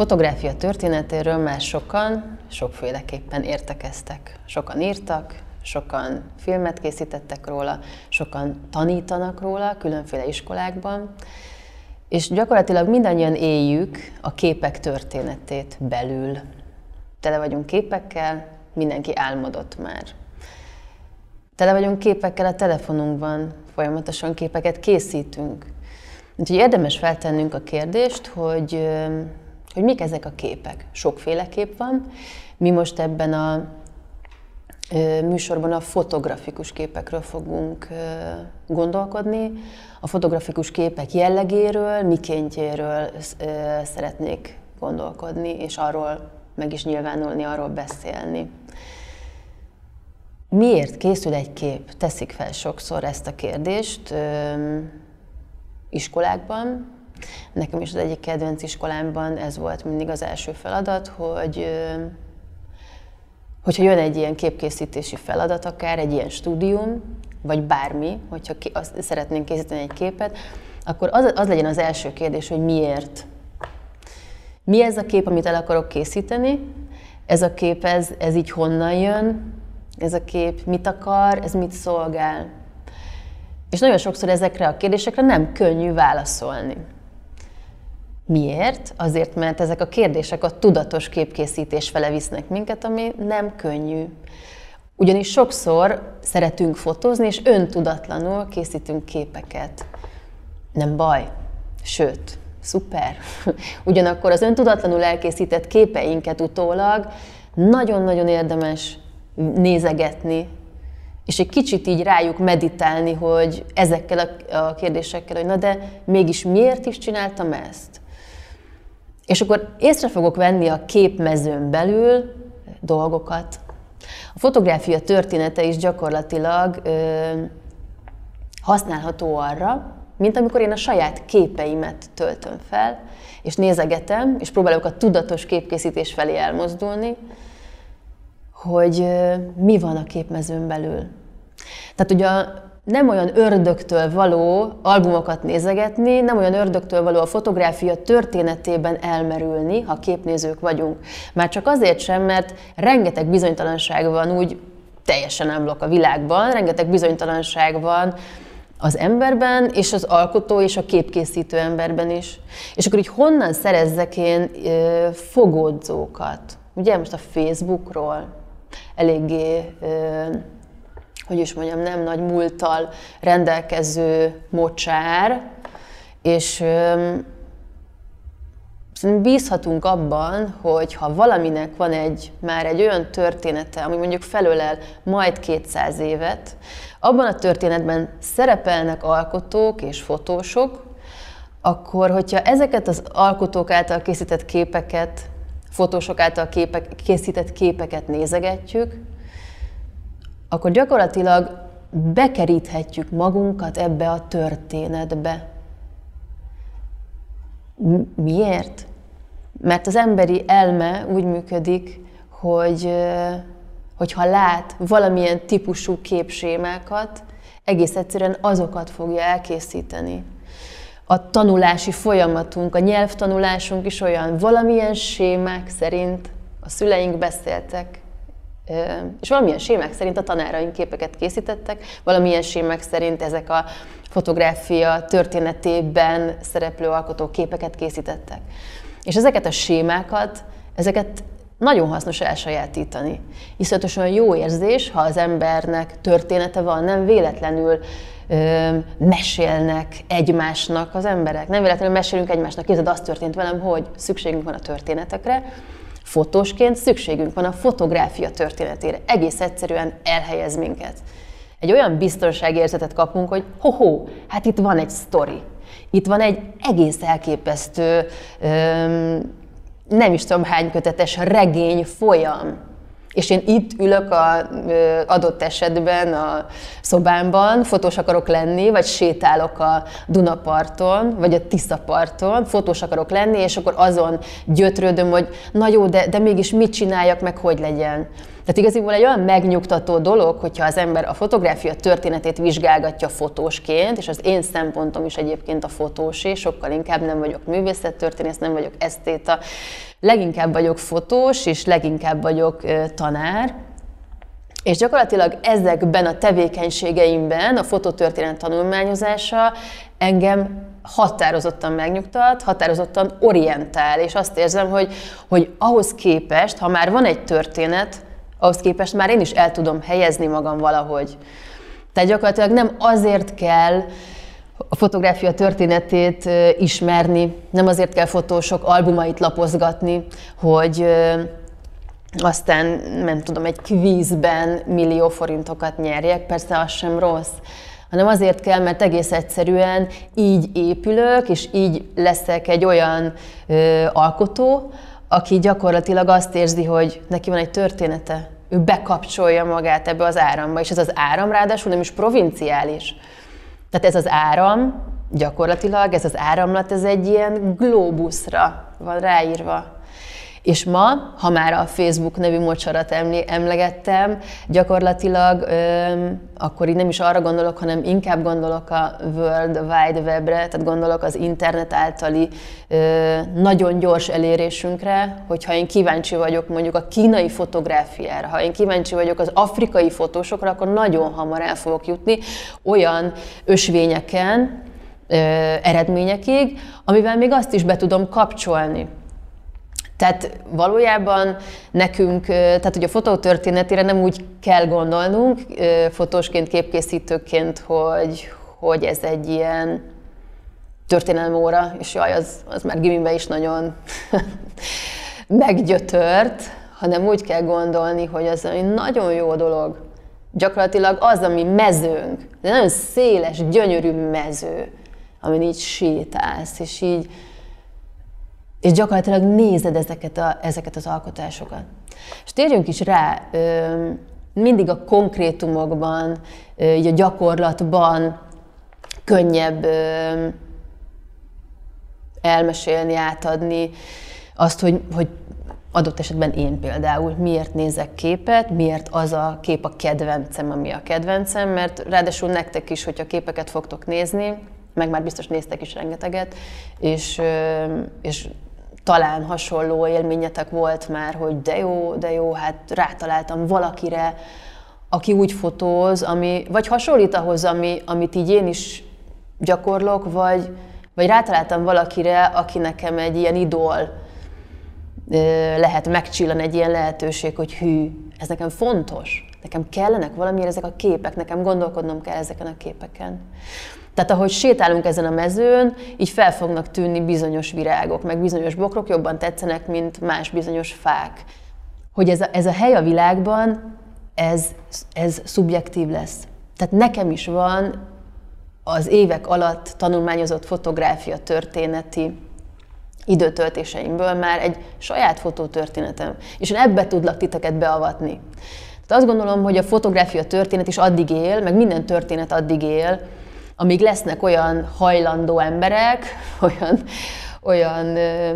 fotográfia történetéről már sokan, sokféleképpen értekeztek. Sokan írtak, sokan filmet készítettek róla, sokan tanítanak róla különféle iskolákban, és gyakorlatilag mindannyian éljük a képek történetét belül. Tele vagyunk képekkel, mindenki álmodott már. Tele vagyunk képekkel a telefonunkban, folyamatosan képeket készítünk. Úgyhogy érdemes feltennünk a kérdést, hogy mik ezek a képek. Sokféle kép van. Mi most ebben a műsorban a fotografikus képekről fogunk gondolkodni. A fotografikus képek jellegéről, mikéntjéről szeretnék gondolkodni, és arról meg is nyilvánulni, arról beszélni. Miért készül egy kép? Teszik fel sokszor ezt a kérdést iskolákban. Nekem is az egyik kedvenc iskolámban ez volt mindig az első feladat, hogyha jön egy ilyen képkészítési feladat, akár egy ilyen stúdium, vagy bármi, hogyha szeretnénk készíteni egy képet, akkor az legyen az első kérdés, hogy miért. Mi ez a kép, amit el akarok készíteni? Ez a kép, ez így honnan jön? Ez a kép mit akar? Ez mit szolgál? És nagyon sokszor ezekre a kérdésekre nem könnyű válaszolni. Miért? Azért, mert ezek a kérdések a tudatos képkészítés fele visznek minket, ami nem könnyű. Ugyanis sokszor szeretünk fotózni, és öntudatlanul készítünk képeket. Nem baj, sőt, szuper. Ugyanakkor az öntudatlanul elkészített képeinket utólag nagyon-nagyon érdemes nézegetni, és egy kicsit így rájuk meditálni, hogy ezekkel a kérdésekkel, hogy na de mégis miért is csináltam ezt? És akkor észre fogok venni a képmezőn belül dolgokat. A fotográfia története is gyakorlatilag használható arra, mint amikor én a saját képeimet töltöm fel, és nézegetem, és próbálok a tudatos képkészítés felé elmozdulni, hogy mi van a képmezőn belül. Tehát ugye nem olyan ördögtől való albumokat nézegetni, nem olyan ördögtől való a fotográfia történetében elmerülni, ha képnézők vagyunk. Már csak azért sem, mert rengeteg bizonytalanság van úgy teljesen unblock a világban, rengeteg bizonytalanság van az emberben, és az alkotó és a képkészítő emberben is. És akkor így honnan szerezzek én fogódzókat? Ugye most a Facebookról eléggé, hogy is mondjam, nem nagy múlttal rendelkező mocsár, és bízhatunk abban, hogy ha valaminek van már egy olyan története, ami mondjuk felölel majd 200 évet, abban a történetben szerepelnek alkotók és fotósok, akkor, hogyha ezeket az alkotók által készített képeket, fotósok által készített képeket nézegetjük, akkor gyakorlatilag bekeríthetjük magunkat ebbe a történetbe. Miért? Mert az emberi elme úgy működik, hogy ha lát valamilyen típusú képsémákat, egész egyszerűen azokat fogja elkészíteni. A tanulási folyamatunk, a nyelvtanulásunk is olyan, valamilyen sémák szerint a szüleink beszéltek, és valamilyen sémák szerint a tanáraink képeket készítettek, valamilyen sémák szerint ezek a fotográfia történetében szereplő alkotók képeket készítettek. És ezeket a sémákat, ezeket nagyon hasznos elsajátítani. Iszonyatosan jó érzés, ha az embernek története van, nem véletlenül mesélnek egymásnak az emberek. Nem véletlenül mesélünk egymásnak. Képzeld, az történt velem, hogy szükségünk van a történetekre, fotósként szükségünk van a fotográfia történetére. Egész egyszerűen elhelyez minket. Egy olyan biztonságérzetet kapunk, hogy hát itt van egy sztori. Itt van egy egész elképesztő, nem is tudom hány kötetes regény folyam. És én itt ülök az adott esetben a szobámban, fotós akarok lenni, vagy sétálok a Dunaparton, vagy a Tiszaparton, fotós akarok lenni, és akkor azon gyötrődöm, hogy na jó, de mégis mit csináljak, meg hogy legyen. Tehát igazából egy olyan megnyugtató dolog, hogyha az ember a fotográfia történetét vizsgálgatja fotósként, és az én szempontom is egyébként a fotósé, sokkal inkább nem vagyok művészettörténész, nem vagyok esztéta, leginkább vagyok fotós, és leginkább vagyok tanár. És gyakorlatilag ezekben a tevékenységeimben a fototörténet tanulmányozása engem határozottan megnyugtat, határozottan orientál, és azt érzem, hogy ahhoz képest, ha már van egy történet, ahhoz képest már én is el tudom helyezni magam valahogy. Tehát gyakorlatilag nem azért kell a fotográfia történetét ismerni, nem azért kell fotósok albumait lapozgatni, hogy aztán, nem tudom, egy kvízben millió forintokat nyerjek, persze az sem rossz, hanem azért kell, mert egész egyszerűen így épülök, és így leszek egy olyan alkotó, aki gyakorlatilag azt érzi, hogy neki van egy története, ő bekapcsolja magát ebbe az áramba, és ez az áram ráadásul nem is provinciális. Tehát ez az áram, gyakorlatilag ez az áramlat, ez egy ilyen glóbuszra van ráírva. És ma, ha már a Facebook nevű mocsarat emlegettem, gyakorlatilag akkor így nem is arra gondolok, hanem inkább gondolok a World Wide Webre, tehát gondolok az internet általi nagyon gyors elérésünkre, hogyha én kíváncsi vagyok mondjuk a kínai fotográfiára, ha én kíváncsi vagyok az afrikai fotósokra, akkor nagyon hamar el fogok jutni olyan ösvényeken, eredményekig, amivel még azt is be tudom kapcsolni. Tehát valójában nekünk, tehát hogy a fotó történetére nem úgy kell gondolnunk, fotósként, képkészítőként, hogy ez egy ilyen történelmóra, és jaj, az már gimiben is nagyon meggyötört, hanem úgy kell gondolni, hogy az egy nagyon jó dolog. Gyakorlatilag az, ami mezőnk, de nagyon széles, gyönyörű mező, amin így sétálsz, és gyakorlatilag nézed ezeket az alkotásokat. És térjünk is rá, mindig a konkrétumokban, így a gyakorlatban könnyebb elmesélni, átadni azt, hogy adott esetben én például miért nézek képet, miért az a kép a kedvencem, ami a kedvencem, mert ráadásul nektek is, hogyha képeket fogtok nézni, meg már biztos néztek is rengeteget, és talán hasonló élményetek volt már, hogy de jó, hát rátaláltam valakire, aki úgy fotóz, vagy hasonlít ahhoz, amit így én is gyakorlok, vagy rátaláltam valakire, aki nekem egy ilyen idol, lehet megcsillan egy ilyen lehetőség, hogy hű, ez nekem fontos, nekem kellenek valamiért ezek a képek, nekem gondolkodnom kell ezeken a képeken. Tehát ahogy sétálunk ezen a mezőn, így fel fognak tűnni bizonyos virágok, meg bizonyos bokrok jobban tetszenek, mint más bizonyos fák. Hogy ez a hely a világban, ez szubjektív lesz. Tehát nekem is van az évek alatt tanulmányozott fotográfia történeti időtöltéseimből már egy saját fotótörténetem, és én ebbe tudlak titeket beavatni. Tehát azt gondolom, hogy a fotográfia történet is addig él, meg minden történet addig él, amíg lesznek olyan hajlandó emberek, olyan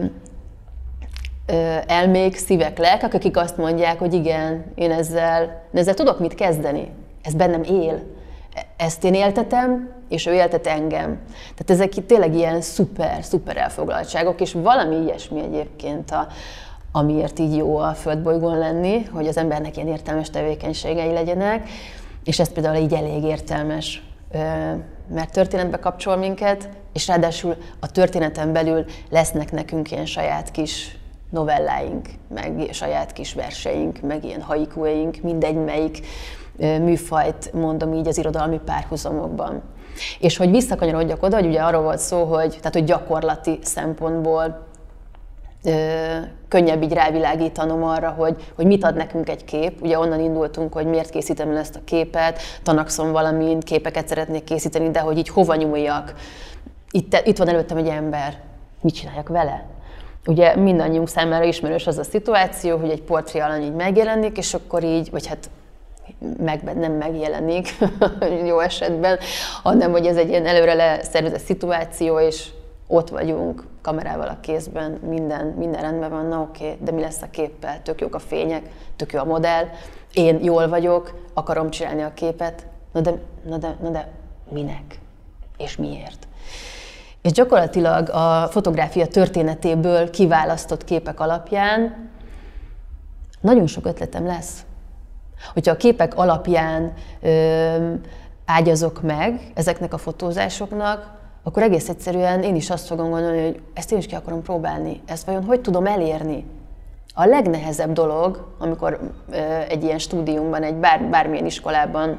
elmék, szívek, lelkek, akik azt mondják, hogy igen, én ezzel tudok mit kezdeni, ez bennem él, ezt én éltetem, és ő éltet engem. Tehát ezek tényleg ilyen szuper elfoglaltságok, és valami ilyesmi egyébként, amiért így jó a földbolygón lenni, hogy az embernek ilyen értelmes tevékenységei legyenek, és ez például így elég értelmes, mert történetbe kapcsol minket, és ráadásul a történeten belül lesznek nekünk ilyen saját kis novelláink, meg saját kis verseink, meg ilyen haikueink, mindegy melyik műfajt mondom így az irodalmi párhuzamokban. És hogy visszakanyarodjak oda, hogy ugye arról volt szó, hogy gyakorlati szempontból könnyebb így rávilágítanom arra, hogy mit ad nekünk egy kép. Ugye onnan indultunk, hogy miért készítem el ezt a képet, tanakszom valamint, képeket szeretnék készíteni, de hogy így hova nyúljak. Itt van előttem egy ember, mit csináljak vele? Ugye mindannyiunk számára ismerős az a szituáció, hogy egy portré alany így megjelenik, és akkor így, vagy hát nem megjelenik jó esetben, hanem hogy ez egy ilyen előre leszervezett szituáció, és ott vagyunk, kamerával a kézben, minden rendben van, na oké, de mi lesz a képpel? Tök jók a fények, tök jó a modell, én jól vagyok, akarom csinálni a képet, na de minek? És miért? És gyakorlatilag a fotográfia történetéből kiválasztott képek alapján nagyon sok ötletem lesz. Hogyha a képek alapján ágyazok meg ezeknek a fotózásoknak, akkor egész egyszerűen én is azt fogom gondolni, hogy ezt én is ki akarom próbálni. Ezt vajon hogy tudom elérni? A legnehezebb dolog, amikor egy ilyen stúdiumban, egy bármilyen iskolában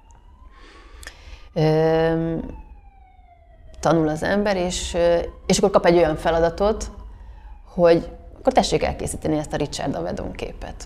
tanul az ember, és akkor kap egy olyan feladatot, hogy akkor tessék elkészíteni ezt a Richard Avedon képet.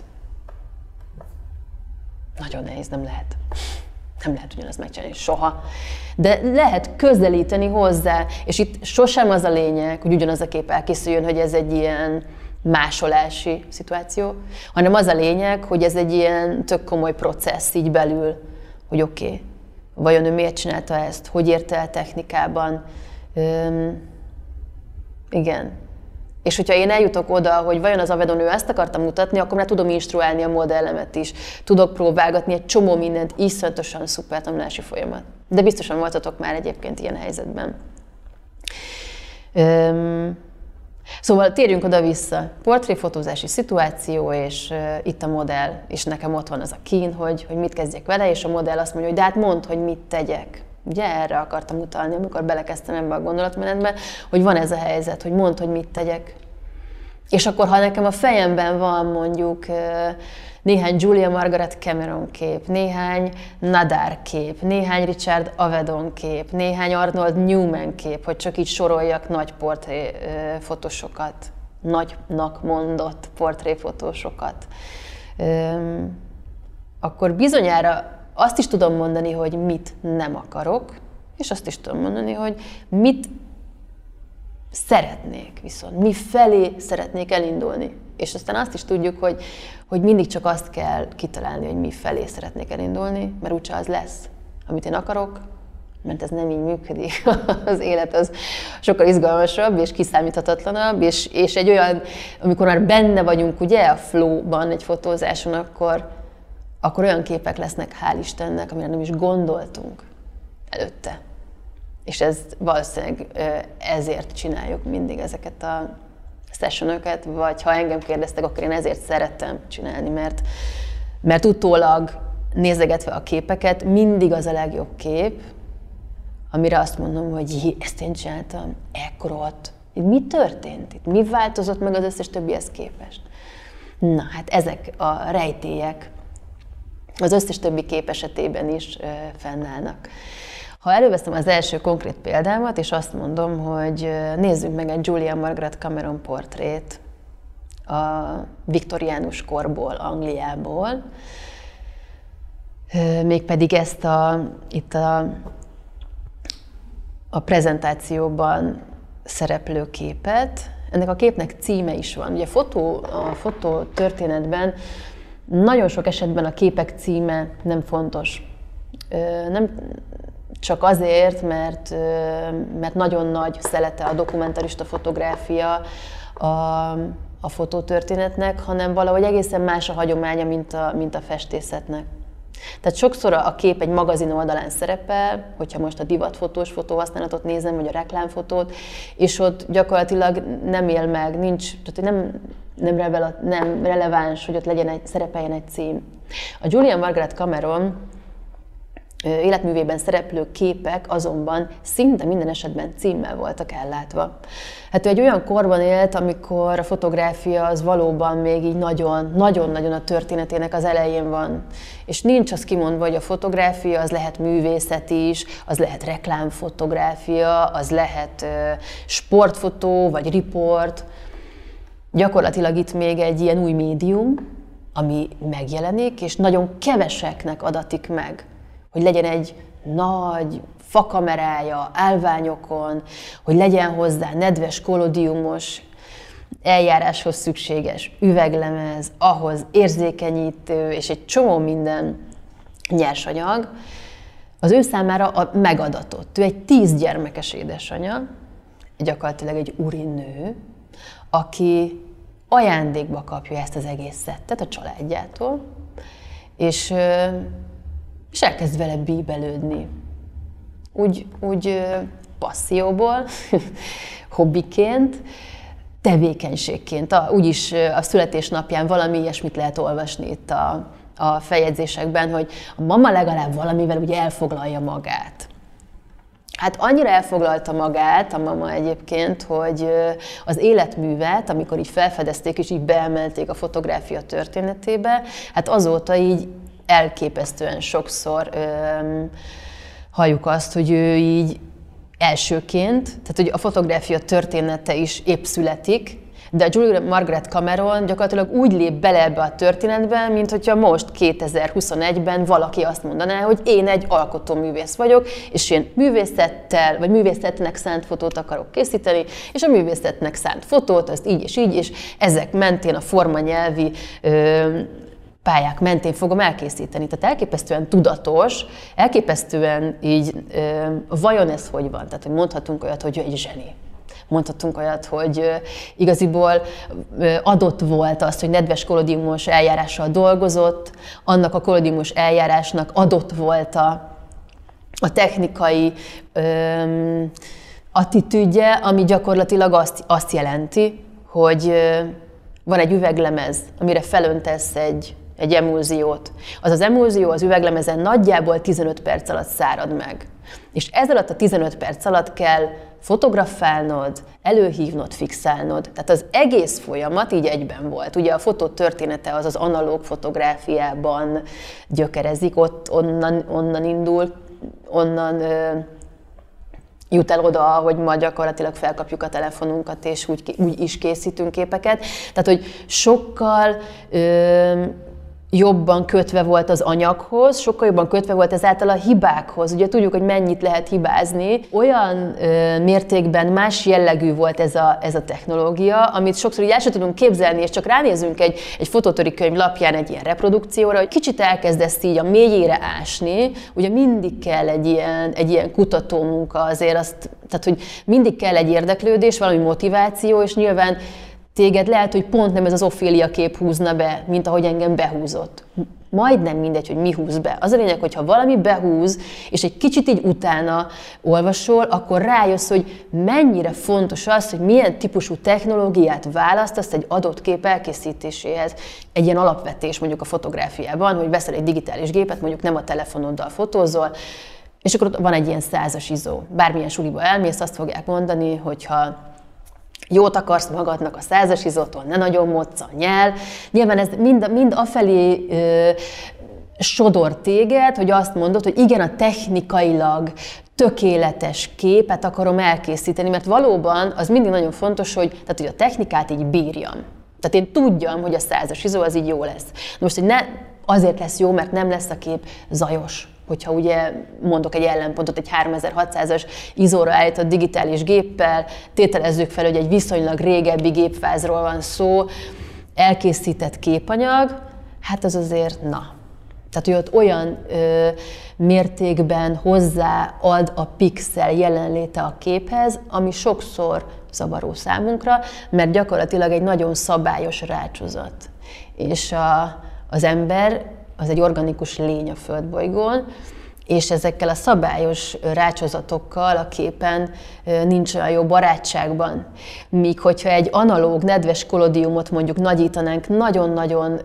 Nagyon nehéz, nem lehet. Nem lehet ugyanazt megcsinálni soha. De lehet közelíteni hozzá, és itt sosem az a lényeg, hogy ugyanaz a kép elkészüljön, hogy ez egy ilyen másolási szituáció, hanem az a lényeg, hogy ez egy ilyen tök komoly processz így belül, hogy oké, vajon ő miért csinálta ezt, hogy érte el technikában. Igen. És hogyha én eljutok oda, hogy vajon az Avedon ő ezt akartam mutatni, akkor már tudom instruálni a modellemet is. Tudok próbálgatni egy csomó mindent, iszonyatosan szuper tanulási folyamat. De biztosan voltatok már egyébként ilyen helyzetben. Szóval térjünk oda-vissza. Portréfotózási szituáció, és itt a modell, és nekem ott van az a kín, hogy mit kezdjek vele, és a modell azt mondja, hogy de hát mondd, hogy mit tegyek. Ugye erre akartam utalni, amikor belekezdtem ebbe a gondolatmenetbe, hogy van ez a helyzet, hogy mondd, hogy mit tegyek. És akkor, ha nekem a fejemben van mondjuk néhány Julia Margaret Cameron kép, néhány Nadar kép, néhány Richard Avedon kép, néhány Arnold Newman kép, hogy csak így soroljak nagy portréfotósokat, nagynak mondott portréfotósokat, akkor bizonyára azt is tudom mondani, hogy mit nem akarok, és azt is tudom mondani, hogy mit szeretnék viszont, mi felé szeretnék elindulni. És aztán azt is tudjuk, hogy mindig csak azt kell kitalálni, hogy mi felé szeretnék elindulni, mert úgyse az lesz, amit én akarok, mert ez nem így működik. Az élet az sokkal izgalmasabb és kiszámíthatatlanabb, és egy olyan, amikor már benne vagyunk ugye a flow-ban egy fotózáson, akkor olyan képek lesznek, hál' Istennek, amire nem is gondoltunk előtte. És ez valószínűleg ezért csináljuk mindig ezeket a sessionokat, vagy ha engem kérdeztek, akkor én ezért szerettem csinálni, mert utólag nézegetve a képeket, mindig az a legjobb kép, amire azt mondom, hogy ezt én csináltam, ekkor ott. Itt mi történt? Itt mi változott meg az összes többihez képest? Na, hát ezek a rejtélyek az összes többi kép esetében is fennállnak. Ha előveszem az első konkrét példámat, és azt mondom, hogy nézzünk meg egy Julia Margaret Cameron portrét a viktoriánus korból, Angliából, mégpedig ezt itt a prezentációban szereplő képet. Ennek a képnek címe is van. Ugye a fotó történetben nagyon sok esetben a képek címe nem fontos. Nem csak azért, mert nagyon nagy szelete a dokumentarista fotográfia a fotótörténetnek, hanem valahogy egészen más a hagyománya, mint a festészetnek. Tehát sokszor a kép egy magazin oldalán szerepel, hogyha most a divatfotós fotóhasználatot nézem, vagy a reklámfotót, és ott gyakorlatilag nem él meg, tehát nem releváns, hogy ott szerepeljen egy cím. A Julia Margaret Cameron életművében szereplő képek azonban szinte minden esetben címmel voltak ellátva. Hát ő egy olyan korban élt, amikor a fotográfia az valóban még így nagyon-nagyon a történetének az elején van. És nincs az kimondva, hogy a fotográfia az lehet művészet is, az lehet reklámfotográfia, az lehet sportfotó vagy riport. Gyakorlatilag itt még egy ilyen új médium, ami megjelenik, és nagyon keveseknek adatik meg, hogy legyen egy nagy fakamerája, állványokon, hogy legyen hozzá nedves, kollodiumos, eljáráshoz szükséges üveglemez, ahhoz érzékenyítő, és egy csomó minden nyersanyag, az ő számára megadatott. Ő egy 10 gyermekes édesanya, gyakorlatilag egy urinő, aki ajándékba kapja ezt az egész szettet a családjától, és elkezd vele bíbelődni. Úgy passzióból, hobbiként, tevékenységként. Úgyis a születésnapján valami ilyesmit lehet olvasni itt a feljegyzésekben, hogy a mama legalább valamivel ugye elfoglalja magát. Hát annyira elfoglalta magát a mama egyébként, hogy az életművet, amikor így felfedezték és így beemelték a fotográfia történetébe, hát azóta így elképesztően sokszor halljuk azt, hogy ő így elsőként, tehát hogy a fotográfia története is épp születik, de a Julia Margaret Cameron gyakorlatilag úgy lép bele ebbe a történetbe, mint hogyha most 2021-ben valaki azt mondaná, hogy én egy alkotóművész vagyok, és én művészettel, vagy művészetnek szánt fotót akarok készíteni, és a művészetnek szánt fotót, azt így, és ezek mentén a formanyelvi pályák mentén fogom elkészíteni. Tehát elképesztően tudatos, elképesztően így, vajon ez hogy van? Tehát, hogy mondhatunk olyat, hogy egy zseni. Mondhatunk olyat, hogy igaziból adott volt az, hogy nedves kollodiumos eljárással dolgozott, annak a kollodiumos eljárásnak adott volt a technikai attitűdje, ami gyakorlatilag azt jelenti, hogy van egy üveglemez, amire felöntesz egy emulziót. Az emulzió az üveglemezen nagyjából 15 perc alatt szárad meg. És ez alatt a 15 perc alatt kell fotografálnod, előhívnod, fixálnod. Tehát az egész folyamat így egyben volt. Ugye a fotó története az analóg fotográfiában gyökerezik, onnan indul, onnan jut el oda, hogy ma gyakorlatilag felkapjuk a telefonunkat, és úgy is készítünk képeket. Tehát, hogy sokkal jobban kötve volt az anyaghoz, sokkal jobban kötve volt ezáltal a hibákhoz. Ugye tudjuk, hogy mennyit lehet hibázni. Olyan mértékben más jellegű volt ez a technológia, amit sokszor így el sem tudunk képzelni, és csak ránézünk egy fotótöri könyv lapján egy ilyen reprodukcióra, hogy kicsit elkezdesz így a mélyére ásni, ugye mindig kell egy ilyen kutatómunka azért, tehát hogy mindig kell egy érdeklődés, valami motiváció, és nyilván téged lehet, hogy pont nem ez az Ophélia kép húzna be, mint ahogy engem behúzott. Majdnem mindegy, hogy mi húz be. Az a lényeg, hogy ha valami behúz, és egy kicsit így utána olvasol, akkor rájössz, hogy mennyire fontos az, hogy milyen típusú technológiát választasz egy adott kép elkészítéséhez. Egy ilyen alapvetés mondjuk a fotográfiában, hogy veszel egy digitális gépet, mondjuk nem a telefonoddal fotózol, és akkor ott van egy ilyen 100-as ISO. Bármilyen suliba elmész, azt fogják mondani, hogyha jót akarsz magadnak a 100-as izótól, ne nagyon moccanj el. Nyilván ez mind afelé sodor téged, hogy azt mondod, hogy igen, a technikailag tökéletes képet akarom elkészíteni, mert valóban az mindig nagyon fontos, hogy a technikát így bírjam. Tehát én tudjam, hogy a 100-as izó az így jó lesz. Most, hogy ne azért lesz jó, mert nem lesz a kép zajos. Hogyha ugye mondok egy ellenpontot, egy 3600-as izóra állított digitális géppel, tételezzük fel, hogy egy viszonylag régebbi gépfázról van szó, elkészített képanyag, hát az azért Tehát, hogy ott olyan mértékben hozzáad a pixel jelenléte a képhez, ami sokszor zavaró számunkra, mert gyakorlatilag egy nagyon szabályos rácsozat. És az ember az egy organikus lény a földbolygón, és ezekkel a szabályos rácsozatokkal a képen nincs olyan jó barátságban. Míg hogyha egy analóg, nedves kollodiumot mondjuk nagyítanánk nagyon-nagyon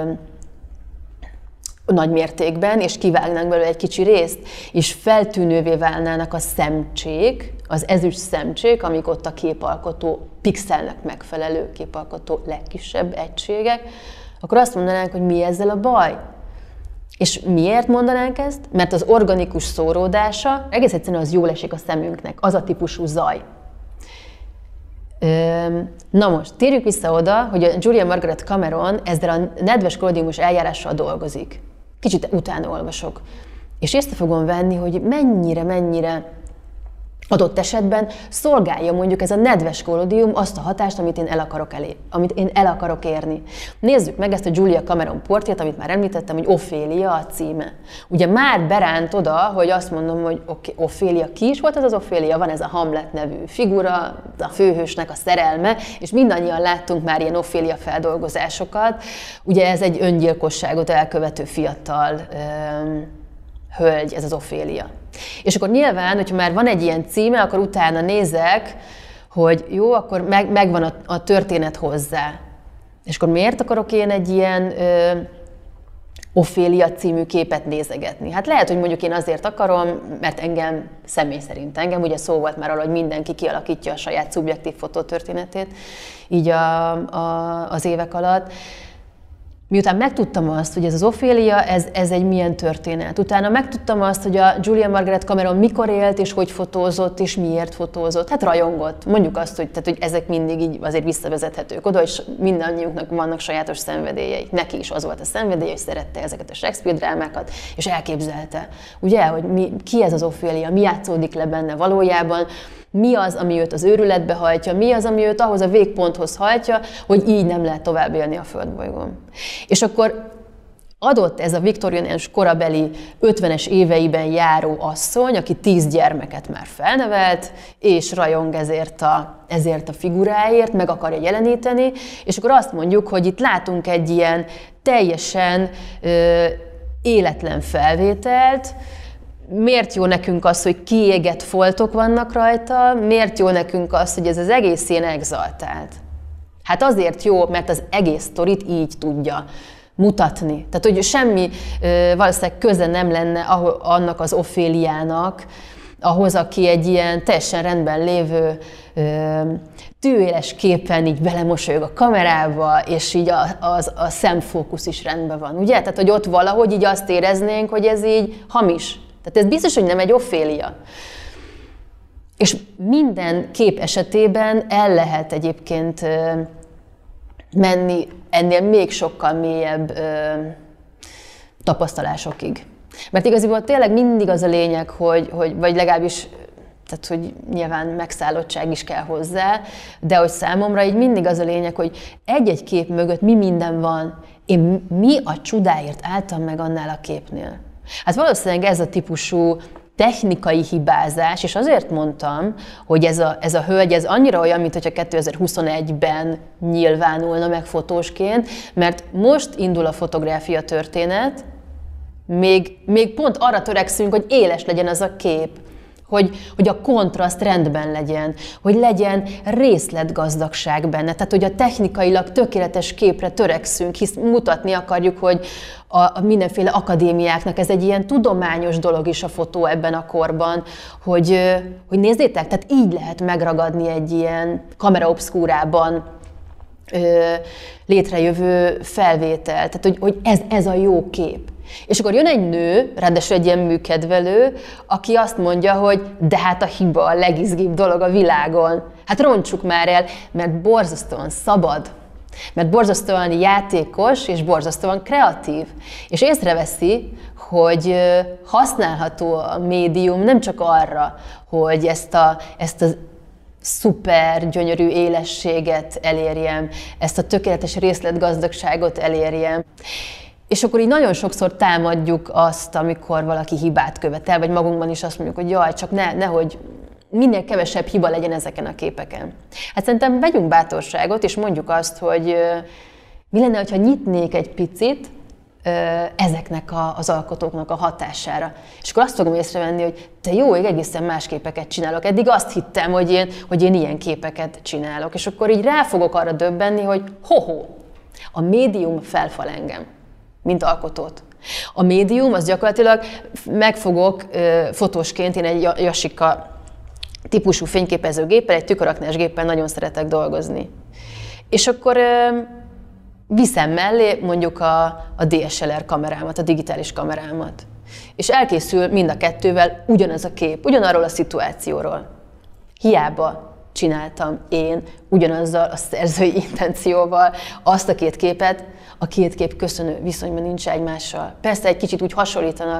nagy mértékben, és kivágnánk belőle egy kicsi részt, és feltűnővé válnának a szemcsék, az ezüst szemcsék, amik ott a képalkotó pixelnek megfelelő képalkotó legkisebb egységek, akkor azt mondanánk, hogy mi ezzel a baj. És miért mondanánk ezt? Mert az organikus szóródása egész egyszerűen az jól esik a szemünknek, az a típusú zaj. Na most, térjük vissza oda, hogy a Julia Margaret Cameron ezzel a nedves kollodiumos eljárással dolgozik. Kicsit utána olvasok. És észre fogom venni, hogy mennyire adott esetben szolgálja mondjuk ez a nedves kollodium azt a hatást, amit én el akarok érni. Nézzük meg ezt a Julia Cameron portrét, amit már említettem, hogy Ophélia a címe. Ugye már beránt oda, hogy azt mondom, hogy oké, Ophélia, ki is volt ez az Ophélia? Van ez a Hamlet nevű figura, a főhősnek a szerelme, és mindannyian láttunk már ilyen Ophélia feldolgozásokat. Ugye ez egy öngyilkosságot elkövető fiatal hölgy, ez az Ophélia. És akkor nyilván, hogyha már van egy ilyen címe, akkor utána nézek, hogy jó, akkor megvan a történet hozzá. És akkor miért akarok én egy ilyen Ophélia című képet nézegetni? Hát lehet, hogy mondjuk én azért akarom, mert személy szerint engem, ugye szó volt már arról, hogy mindenki kialakítja a saját szubjektív fotótörténetét, így az évek alatt. Miután megtudtam azt, hogy ez az Ophélia, ez egy milyen történet. Utána megtudtam azt, hogy a Julia Margaret Cameron mikor élt, és hogy fotózott, és miért fotózott. Hát rajongott. Mondjuk azt, hogy ezek mindig így azért visszavezethetők oda, és mindannyiunknak vannak sajátos szenvedélyei. Neki is az volt a szenvedélye, hogy szerette ezeket a Shakespeare drámákat, és elképzelte. Ugye, hogy ki ez az Ophélia, mi játszódik le benne valójában, mi az, ami őt az őrületbe hajtja, mi az, ami őt ahhoz a végponthoz hajtja, hogy így nem lehet tovább élni a földbolygón. És akkor adott ez a viktoriánus korabeli 50-es éveiben járó asszony, aki 10 gyermeket már felnevelt, és rajong ezért a figuráért, meg akarja jeleníteni, és akkor azt mondjuk, hogy itt látunk egy ilyen teljesen életlen felvételt. Miért jó nekünk az, hogy kiégett foltok vannak rajta, miért jó nekünk az, hogy ez az egész ilyen exaltált? Hát azért jó, mert az egész sztorit így tudja mutatni. Tehát, hogy semmi valószínűleg köze nem lenne annak az Ophéliának, ahhoz, aki egy ilyen teljesen rendben lévő tűéles képen így belemosolyog a kamerába, és így a szemfókusz is rendben van, ugye? Tehát, hogy ott valahogy így azt éreznénk, hogy ez így hamis. Tehát ez biztos, hogy nem egy Ophélia. És minden kép esetében el lehet egyébként menni ennél még sokkal mélyebb tapasztalásokig. Mert igazából tényleg mindig az a lényeg, vagy legalábbis, tehát hogy nyilván megszállottság is kell hozzá, de hogy számomra így mindig az a lényeg, hogy egy-egy kép mögött mi minden van, én mi a csodáért álltam meg annál a képnél. Hát valószínűleg ez a típusú technikai hibázás, és azért mondtam, hogy ez a hölgy ez annyira olyan, mint hogyha 2021-ben nyilvánulna meg fotósként, mert most indul a fotográfia történet, még pont arra törekszünk, hogy éles legyen az a kép, hogy a kontraszt rendben legyen, hogy legyen részletgazdagság benne, tehát hogy a technikailag tökéletes képre törekszünk, hisz mutatni akarjuk, hogy a mindenféle akadémiáknak ez egy ilyen tudományos dolog is a fotó ebben a korban, hogy nézzétek, tehát így lehet megragadni egy ilyen kamera obscurában létrejövő felvétel, tehát hogy ez a jó kép. És akkor jön egy nő, ráadásul egy ilyen műkedvelő, aki azt mondja, hogy de hát a hiba a legizgibb dolog a világon. Hát rontsuk már el, mert borzasztóan szabad, mert borzasztóan játékos és borzasztóan kreatív. És észreveszi, hogy használható a médium nem csak arra, hogy ezt a szuper gyönyörű élességet elérjem, ezt a tökéletes részletgazdagságot elérjem. És akkor így nagyon sokszor támadjuk azt, amikor valaki hibát követel, vagy magunkban is azt mondjuk, hogy jaj, csak nehogy minél kevesebb hiba legyen ezeken a képeken. Hát szerintem vegyünk bátorságot, és mondjuk azt, hogy mi lenne, ha nyitnék egy picit ezeknek az alkotóknak a hatására. És akkor azt fogom észrevenni, hogy te jó ég, egészen más képeket csinálok. Eddig azt hittem, hogy én ilyen képeket csinálok. És akkor így rá fogok arra döbbenni, hogy a médium felfal engem, mint alkotót. A médium, az gyakorlatilag megfogok fotósként, én egy Yashica típusú fényképezőgéppel, egy tüköraknás géppel nagyon szeretek dolgozni. És akkor viszem mellé mondjuk a DSLR kamerámat, a digitális kamerámat. És elkészül mind a kettővel ugyanaz a kép, ugyanarról a szituációról. Hiába csináltam én ugyanazzal a szerzői intencióval azt a két képet, a két kép köszönő viszonyban nincs egymással. Persze egy kicsit úgy hasonlítanak,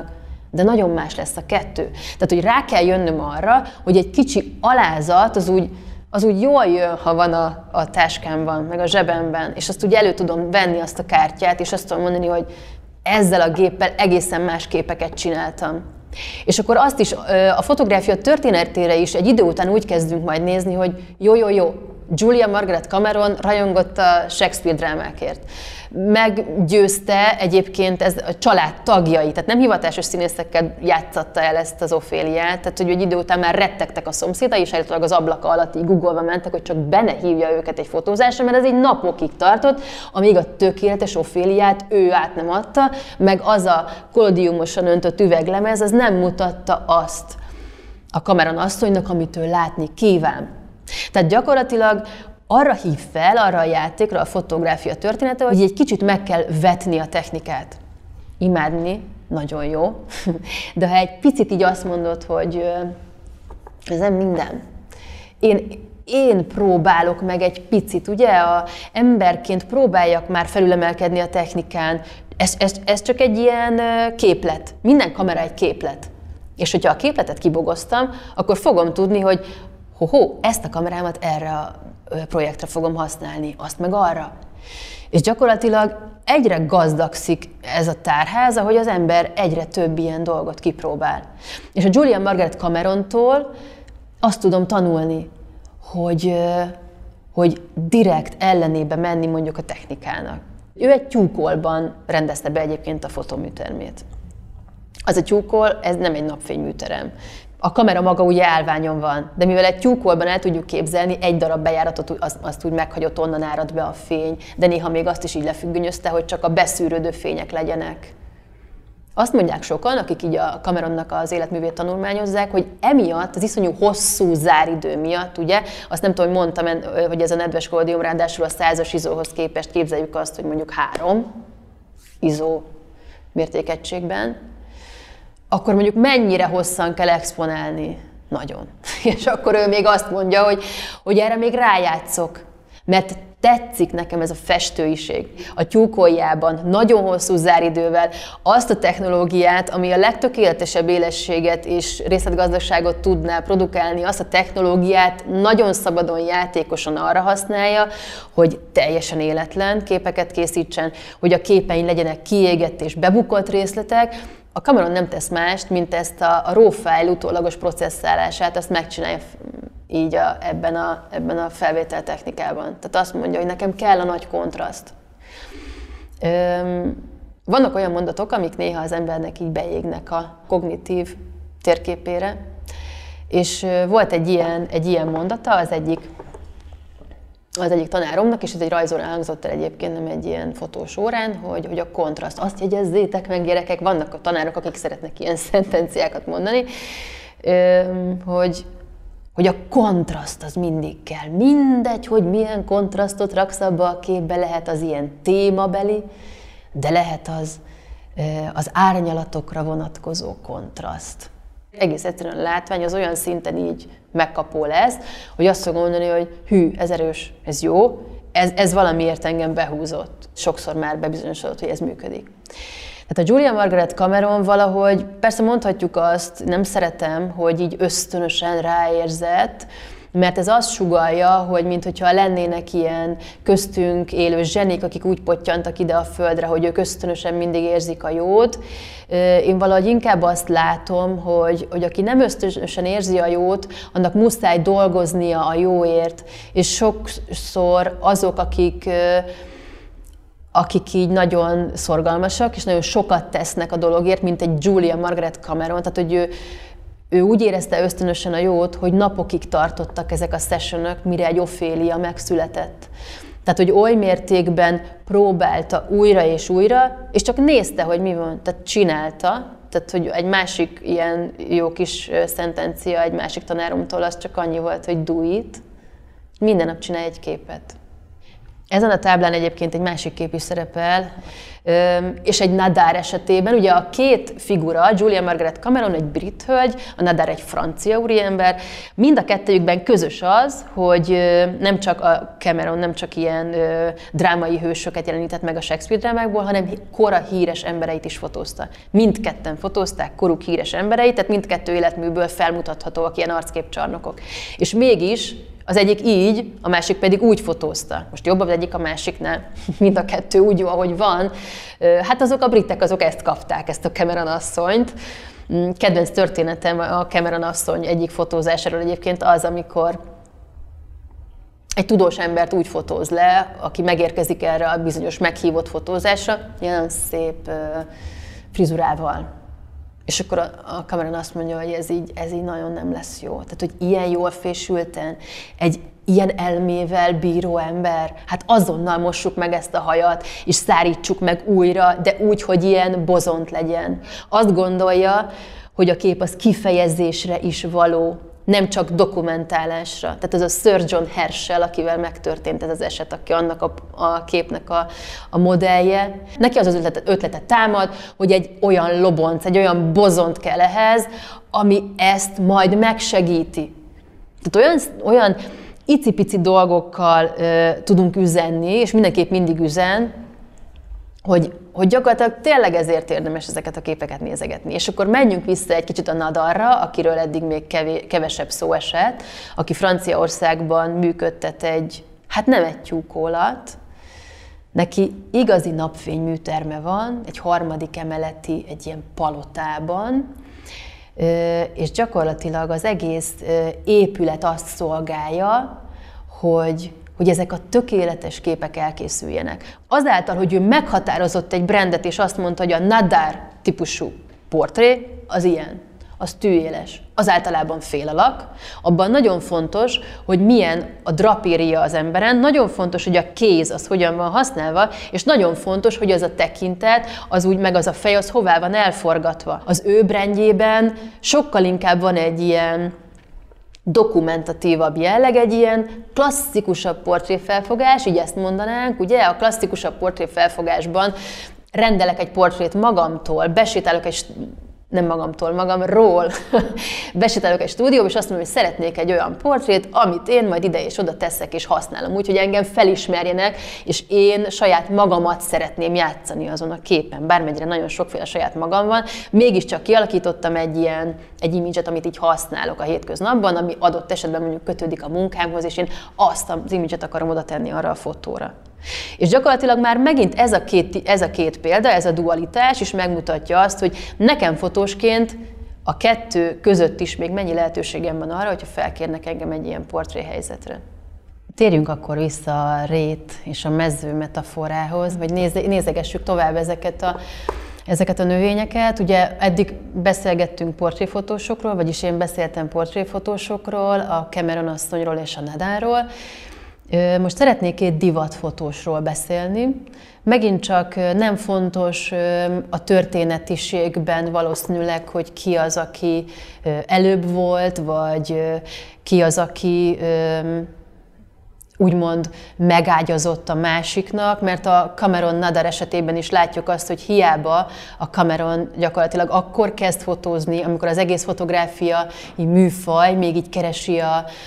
de nagyon más lesz a kettő. Tehát, hogy rá kell jönnöm arra, hogy egy kicsi alázat az úgy jól jön, ha van a táskámban, meg a zsebemben, és azt úgy elő tudom venni azt a kártyát, és azt tudom mondani, hogy ezzel a géppel egészen más képeket csináltam. És akkor azt is, a fotográfia történetére is egy idő után úgy kezdünk majd nézni, hogy jó, Julia Margaret Cameron rajongott a Shakespeare drámákért. Meggyőzte egyébként ez a család tagjai, tehát nem hivatásos színészekkel játszatta el ezt az Oféliát, tehát hogy egy idő után már rettegtek a szomszédai, és állítólag az ablaka alatt így Google-ba mentek, hogy csak be ne hívja őket egy fotózásra, mert ez egy napokig tartott, amíg a tökéletes Oféliát ő át nem adta, meg az a kolodiumosan öntött üveglemez, az nem mutatta azt a Cameron asszonynak, amit ő látni kíván. Tehát gyakorlatilag arra hív fel, arra a játékra, a fotográfia története, hogy egy kicsit meg kell vetni a technikát. Imádni, nagyon jó, de ha egy picit így azt mondod, hogy ez nem minden. Én próbálok meg egy picit, ugye, emberként próbáljak már felülemelkedni a technikán. Ez csak egy ilyen képlet. Minden kamera egy képlet. És hogyha a képletet kibogoztam, akkor fogom tudni, hogy ezt a kamerámat erre a projektre fogom használni, azt meg arra. És gyakorlatilag egyre gazdagszik ez a tárház, ahogy az ember egyre több ilyen dolgot kipróbál. És a Julia Margaret Camerontól azt tudom tanulni, hogy direkt ellenébe menni mondjuk a technikának. Ő egy tyúkolban rendezte be egyébként a fotoműtermét. Az a tyúkol, ez nem egy napfényműterem. A kamera maga ugye állványon van, de mivel egy tyúkolban el tudjuk képzelni, egy darab bejáratot azt úgy meghagyott, onnan árad be a fény, de néha még azt is így lefüggönyözte, hogy csak a beszűrődő fények legyenek. Azt mondják sokan, akik így a Cameronnak az életművét tanulmányozzák, hogy emiatt, az iszonyú hosszú záridő miatt, ugye, azt nem tudom, hogy mondtam, hogy ez a nedves kolodium ráadásul a 100-as izóhoz képest képzeljük azt, hogy mondjuk 3 izó mértékegységben, akkor mondjuk mennyire hosszan kell exponálni? Nagyon. És akkor ő még azt mondja, hogy erre még rájátszok, mert tetszik nekem ez a festőiség. A tyúkoljában nagyon hosszú záridővel azt a technológiát, ami a legtökéletesebb élességet és részletgazdaságot tudná produkálni, azt a technológiát nagyon szabadon, játékosan arra használja, hogy teljesen életlen képeket készítsen, hogy a képein legyenek kiégett és bebukott részletek. A Cameron nem tesz mást, mint ezt a RAW file utólagos processzálását, azt megcsinálja így ebben a felvétel technikában. Tehát azt mondja, hogy nekem kell a nagy kontraszt. Vannak olyan mondatok, amik néha az embernek így beégnek a kognitív térképére, és volt egy ilyen mondata az egyik tanáromnak, és ez egy rajzórán hangzott el egyébként, nem egy ilyen fotós órán, hogy a kontraszt. Azt jegyezzétek meg, gyerekek, vannak a tanárok, akik szeretnek ilyen szentenciákat mondani, hogy a kontraszt az mindig kell. Mindegy, hogy milyen kontrasztot raksz abba a képbe, lehet az ilyen témabeli, de lehet az árnyalatokra vonatkozó kontraszt. Egész egyszerűen a látvány az olyan szinten így megkapó lesz, hogy azt fogom mondani, hogy hű, ez erős, ez jó, ez valamiért engem behúzott. Sokszor már bebizonyosodott, hogy ez működik. Tehát a Julia Margaret Cameron valahogy, persze mondhatjuk azt, nem szeretem, hogy így ösztönösen ráérzett, mert ez azt sugallja, hogy mintha lennének ilyen köztünk élő zsenik, akik úgy pottyantak ide a földre, hogy ők ösztönösen mindig érzik a jót. Én valahogy inkább azt látom, hogy aki nem ösztönösen érzi a jót, annak muszáj dolgoznia a jóért, és sokszor azok, akik így nagyon szorgalmasak, és nagyon sokat tesznek a dologért, mint egy Julia Margaret Cameron, tehát hogy ő úgy érezte ösztönösen a jót, hogy napokig tartottak ezek a sessionök, mire egy Ofélia megszületett. Tehát, hogy oly mértékben próbálta újra és újra, és csak nézte, hogy mi van. Tehát csinálta. Tehát, hogy egy másik ilyen jó kis szentencia egy másik tanáromtól az csak annyi volt, hogy do it. Minden nap csinálj egy képet. Ezen a táblán egyébként egy másik kép is szerepel, és egy Nadar esetében, ugye a két figura, Julia Margaret Cameron egy brit hölgy, a Nadar egy francia úriember, mind a kettőjükben közös az, hogy nem csak a Cameron nem csak ilyen drámai hősöket jelenített meg a Shakespeare drámákból, hanem kora híres embereit is fotózta. Mindketten fotózták koruk híres embereit, tehát mindkettő életműből felmutathatóak ilyen arcképcsarnokok. És mégis az egyik így, a másik pedig úgy fotózta. Most jobb az egyik a másiknál, mind a kettő úgy jó, ahogy van. Hát azok a britek, azok ezt kapták, ezt a Cameron asszonyt. Kedvenc történetem a Cameron asszony egyik fotózásáról egyébként az, amikor egy tudós embert úgy fotóz le, aki megérkezik erre a bizonyos meghívott fotózásra, ilyen szép frizurával. És akkor a Cameron azt mondja, hogy ez így nagyon nem lesz jó. Tehát, hogy ilyen jól fésülten, egy ilyen elmével bíró ember, hát azonnal mossuk meg ezt a hajat, és szárítsuk meg újra, de úgy, hogy ilyen bozont legyen. Azt gondolja, hogy a kép az kifejezésre is való, nem csak dokumentálásra. Tehát ez a Sir John Herschel, akivel megtörtént ez az eset, aki annak a képnek a modellje. Neki az ötlete támad, hogy egy olyan lobonc, egy olyan bozont kell ehhez, ami ezt majd megsegíti. Tehát olyan icipici dolgokkal tudunk üzenni, és mindenképp mindig üzen, hogy gyakorlatilag tényleg ezért érdemes ezeket a képeket nézegetni. És akkor menjünk vissza egy kicsit a Nadarra, akiről eddig még kevesebb szó esett, aki Franciaországban működtet hát nem egy tyúkólat, neki igazi napfényműterme van, egy 3. emeleti, egy ilyen palotában, és gyakorlatilag az egész épület azt szolgálja, hogy ezek a tökéletes képek elkészüljenek. Azáltal, hogy ő meghatározott egy brandet, és azt mondta, hogy a Nadar típusú portré az ilyen, az tűéles, az általában fél alak. Abban nagyon fontos, hogy milyen a drapéria az emberen, nagyon fontos, hogy a kéz az hogyan van használva, és nagyon fontos, hogy az a tekintet, az úgy meg az a fej, az hová van elforgatva. Az ő brandjében sokkal inkább van egy ilyen dokumentatívabb jelleg, egy ilyen klasszikusabb portréfelfogás, így ezt mondanánk, ugye? A klasszikusabb portréfelfogásban rendelek egy portrét magamtól, besétálok magamról besétálok egy stúdióba, és azt mondom, hogy szeretnék egy olyan portrét, amit én majd ide és oda teszek és használom, úgyhogy engem felismerjenek, és én saját magamat szeretném játszani azon a képen. Bármennyire nagyon sokféle saját magam van, mégiscsak kialakítottam egy imidzset, amit így használok a hétköznapban, ami adott esetben mondjuk kötődik a munkámhoz, és én azt az imidzset akarom oda tenni arra a fotóra. És gyakorlatilag már megint ez a két példa, ez a dualitás is megmutatja azt, hogy nekem fotósként a kettő között is még mennyi lehetőségem van arra, hogyha felkérnek engem egy ilyen portréhelyzetre. Térjünk akkor vissza a rét és a mező metaforához, vagy nézegessük tovább ezeket a növényeket. Ugye eddig beszélgettünk portréfotósokról, vagyis én beszéltem portréfotósokról, a Cameron asszonyról és a Nadarról. Most szeretnék 2 divatfotósról beszélni. Megint csak nem fontos a történetiségben valószínűleg, hogy ki az, aki előbb volt, vagy ki az, aki úgymond megágyazott a másiknak, mert a Cameron-Nadar esetében is látjuk azt, hogy hiába a Cameron gyakorlatilag akkor kezd fotózni, amikor az egész fotográfiai műfaj még így keresi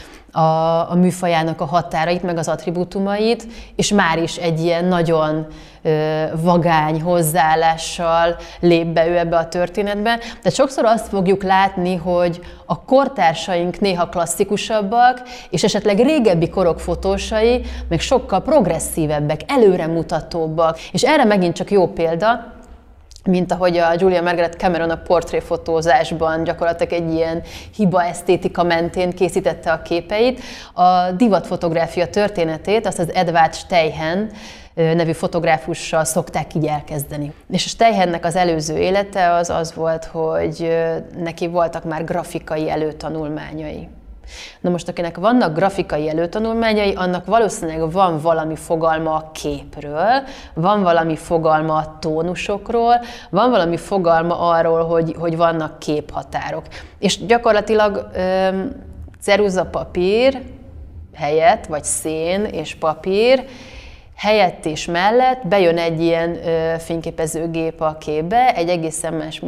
a műfajának a határait, meg az attribútumait, és már is egy ilyen nagyon vagány hozzáállással lép be ő ebbe a történetbe. Tehát sokszor azt fogjuk látni, hogy a kortársaink néha klasszikusabbak, és esetleg régebbi korok fotósai meg sokkal progresszívebbek, előremutatóbbak. És erre megint csak jó példa, mint ahogy a Julia Margaret Cameron a portréfotózásban gyakorlatilag egy ilyen hiba esztétika mentén készítette a képeit. A divatfotográfia történetét azt az Edward Steichen nevű fotográfussal szokták így elkezdeni. És a Steihennek az előző élete az volt, hogy neki voltak már grafikai előtanulmányai. Na most, akinek vannak grafikai előtanulmányai, annak valószínűleg van valami fogalma a képről, van valami fogalma a tónusokról, van valami fogalma arról, hogy vannak képhatárok. És gyakorlatilag ceruzapapír helyett, vagy szén és papír helyett és mellett bejön egy ilyen fényképezőgép a képbe, egy egészen más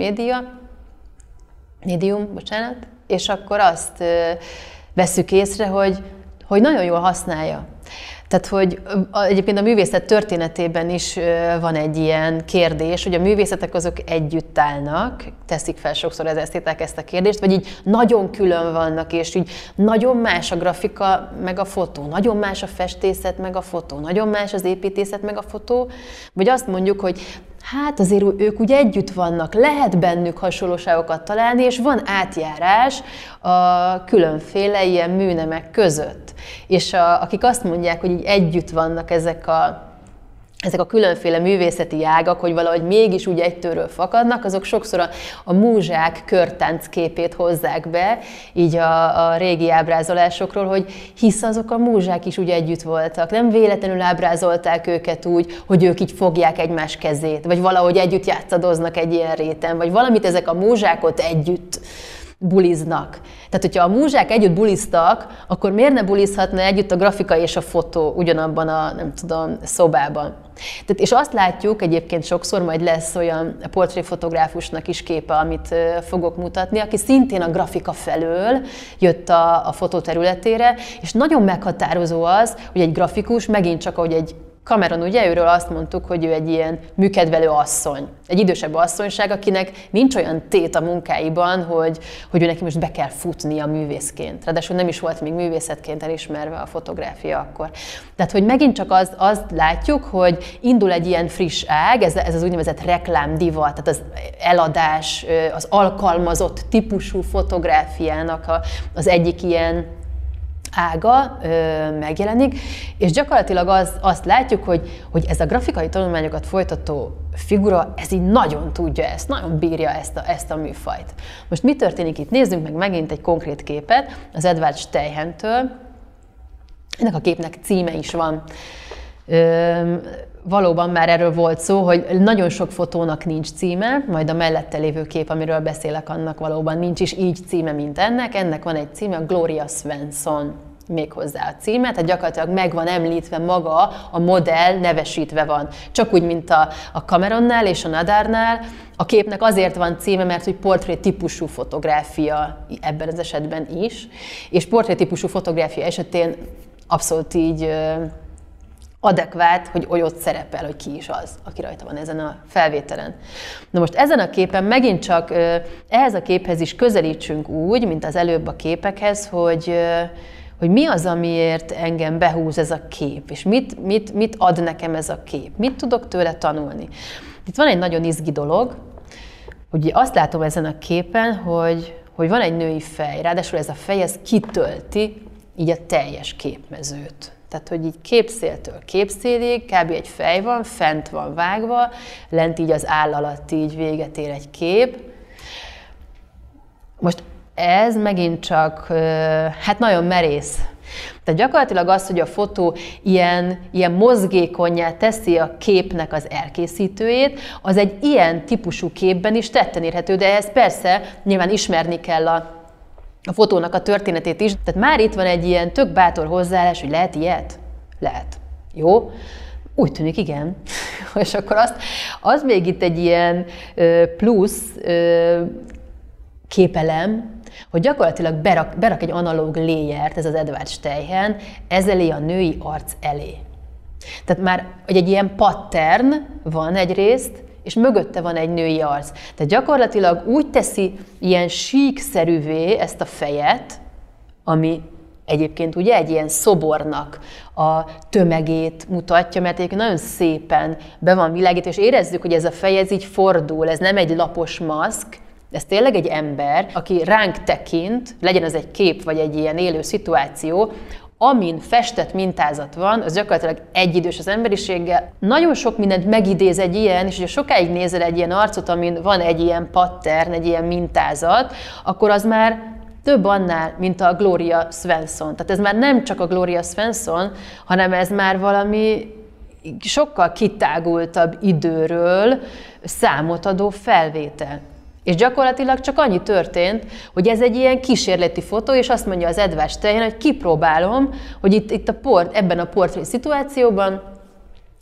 médium, és akkor azt vesszük észre, hogy nagyon jól használja. Tehát, hogy egyébként a művészet történetében is van egy ilyen kérdés, hogy a művészetek azok együtt állnak, teszik fel sokszor az esztéták ezt a kérdést, vagy így nagyon külön vannak, és így nagyon más a grafika meg a fotó, nagyon más a festészet meg a fotó, nagyon más az építészet meg a fotó, vagy azt mondjuk, hogy hát azért ők úgy együtt vannak, lehet bennük hasonlóságokat találni, és van átjárás a különféle ilyen műnemek között. És akik azt mondják, hogy így együtt vannak ezek a különféle művészeti ágak, hogy valahogy mégis úgy egy tőről fakadnak, azok sokszor a múzsák körtánc képét hozzák be, így a régi ábrázolásokról, hogy hisz azok a múzsák is úgy együtt voltak. Nem véletlenül ábrázolták őket úgy, hogy ők így fogják egymás kezét, vagy valahogy együtt játszadoznak egy ilyen réten, vagy valamit ezek a múzsák ott együtt buliznak. Tehát, hogyha a múzsák együtt buliztak, akkor miért ne bulizhatna együtt a grafika és a fotó ugyanabban a, nem tudom, szobában? Tehát, és azt látjuk egyébként sokszor, majd lesz olyan portréfotográfusnak is képe, amit fogok mutatni, aki szintén a grafika felől jött a fotó területére, és nagyon meghatározó az, hogy egy grafikus megint csak, ahogy egy Cameron, ugye őről azt mondtuk, hogy ő egy ilyen műkedvelő asszony. Egy idősebb asszonyság, akinek nincs olyan tét a munkáiban, hogy ő neki most be kell futnia művészként. Ráadásul nem is volt még művészetként elismerve a fotográfia akkor. Tehát, hogy megint csak azt látjuk, hogy indul egy ilyen friss ág, ez az úgynevezett reklámdivat, tehát az eladás, az alkalmazott típusú fotográfiának az egyik ilyen ága megjelenik, és gyakorlatilag azt látjuk, hogy ez a grafikai tanulmányokat folytató figura, ez így nagyon tudja ezt, nagyon bírja ezt a műfajt. Most mi történik itt? Nézzünk meg megint egy konkrét képet az Edward Steichen-től. Ennek a képnek címe is van. Valóban már erről volt szó, hogy nagyon sok fotónak nincs címe, majd a mellette lévő kép, amiről beszélek, annak valóban nincs is így címe, mint ennek. Ennek van egy címe, a Gloria Svensson méghozzá a címe, tehát gyakorlatilag meg van említve maga, a modell nevesítve van. Csak úgy, mint a Cameronnál és a Nadarnál. A képnek azért van címe, mert hogy portré típusú fotográfia ebben az esetben is, és portré típusú fotográfia esetén abszolút így adekvát, hogy ott szerepel, hogy ki is az, aki rajta van ezen a felvételen. Na most ezen a képen megint csak ehhez a képhez is közelítsünk úgy, mint az előbb a képekhez, hogy mi az, amiért engem behúz ez a kép, és mit ad nekem ez a kép, mit tudok tőle tanulni. Itt van egy nagyon izgi dolog, hogy azt látom ezen a képen, hogy van egy női fej, ráadásul ez a fej, ez kitölti így a teljes képmezőt. Tehát, hogy így képszéltől képszélig, kb. Egy fej van, fent van vágva, lent így az áll alatt így véget ér egy kép. Most ez megint csak, hát nagyon merész. Tehát gyakorlatilag az, hogy a fotó ilyen mozgékonnyá teszi a képnek az elkészítőjét, az egy ilyen típusú képben is tetten érhető, de ehhez persze nyilván ismerni kell a fotónak a történetét is. Tehát már itt van egy ilyen tök bátor hozzáállás, hogy lehet ilyet? Lehet. Jó? Úgy tűnik, igen. És akkor az még itt egy ilyen plusz képelem, hogy gyakorlatilag berak egy analóg layert, ez az Edward Steichen, ez elé a női arc elé. Tehát már egy ilyen pattern van egyrészt, és mögötte van egy női arc. Tehát gyakorlatilag úgy teszi ilyen síkszerűvé ezt a fejet, ami egyébként ugye egy ilyen szobornak a tömegét mutatja, mert egyébként nagyon szépen be van világítva, és érezzük, hogy ez a fej ez így fordul, ez nem egy lapos maszk, ez tényleg egy ember, aki ránk tekint, legyen ez egy kép vagy egy ilyen élő szituáció, amin festett mintázat van, az gyakorlatilag egyidős az emberiséggel. Nagyon sok mindent megidéz egy ilyen, és hogyha sokáig nézel egy ilyen arcot, amin van egy ilyen pattern, egy ilyen mintázat, akkor az már több annál, mint a Gloria Svensson. Tehát ez már nem csak a Gloria Svensson, hanem ez már valami sokkal kitágultabb időről számot adó felvétel. És gyakorlatilag csak annyi történt, hogy ez egy ilyen kísérleti fotó, és azt mondja az Edward Steichen, hogy kipróbálom, hogy itt ebben a portré szituációban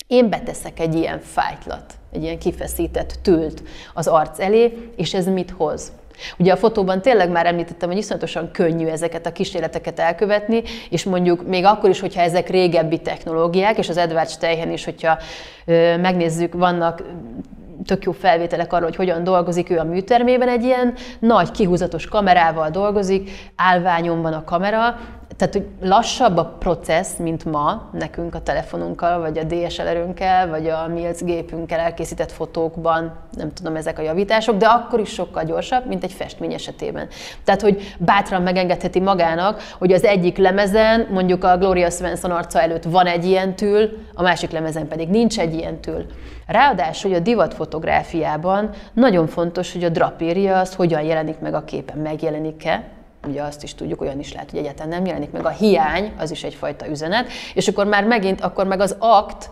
Én beteszek egy ilyen fájtlat, egy ilyen kifeszített tült az arc elé, és ez mit hoz? Ugye a fotóban tényleg már említettem, hogy iszonyatosan könnyű ezeket a kísérleteket elkövetni, és mondjuk még akkor is, hogyha ezek régebbi technológiák, és az Edward Steichen is, hogyha megnézzük, vannak tök jó felvételek arról, hogy hogyan dolgozik ő a műtermében, egy ilyen nagy kihúzatos kamerával dolgozik, állványon van a kamera, tehát hogy lassabb a processz, mint ma nekünk a telefonunkkal, vagy a DSLR-ünkkel, vagy a Mills gépünkkel elkészített fotókban, nem tudom, ezek a javítások, de akkor is sokkal gyorsabb, mint egy festmény esetében. Tehát, hogy bátran megengedheti magának, hogy az egyik lemezen, mondjuk a Gloria Swanson arca előtt van egy ilyen tül, a másik lemezen pedig nincs egy ilyen tül. Ráadásul, hogy a divatfotográfiában nagyon fontos, hogy a drapéria az hogyan jelenik meg a képen, megjelenik-e. Ugye azt is tudjuk, olyan is lehet, hogy egyáltalán nem jelenik meg. A hiány, az is egyfajta üzenet, és akkor már megint, akkor meg az akt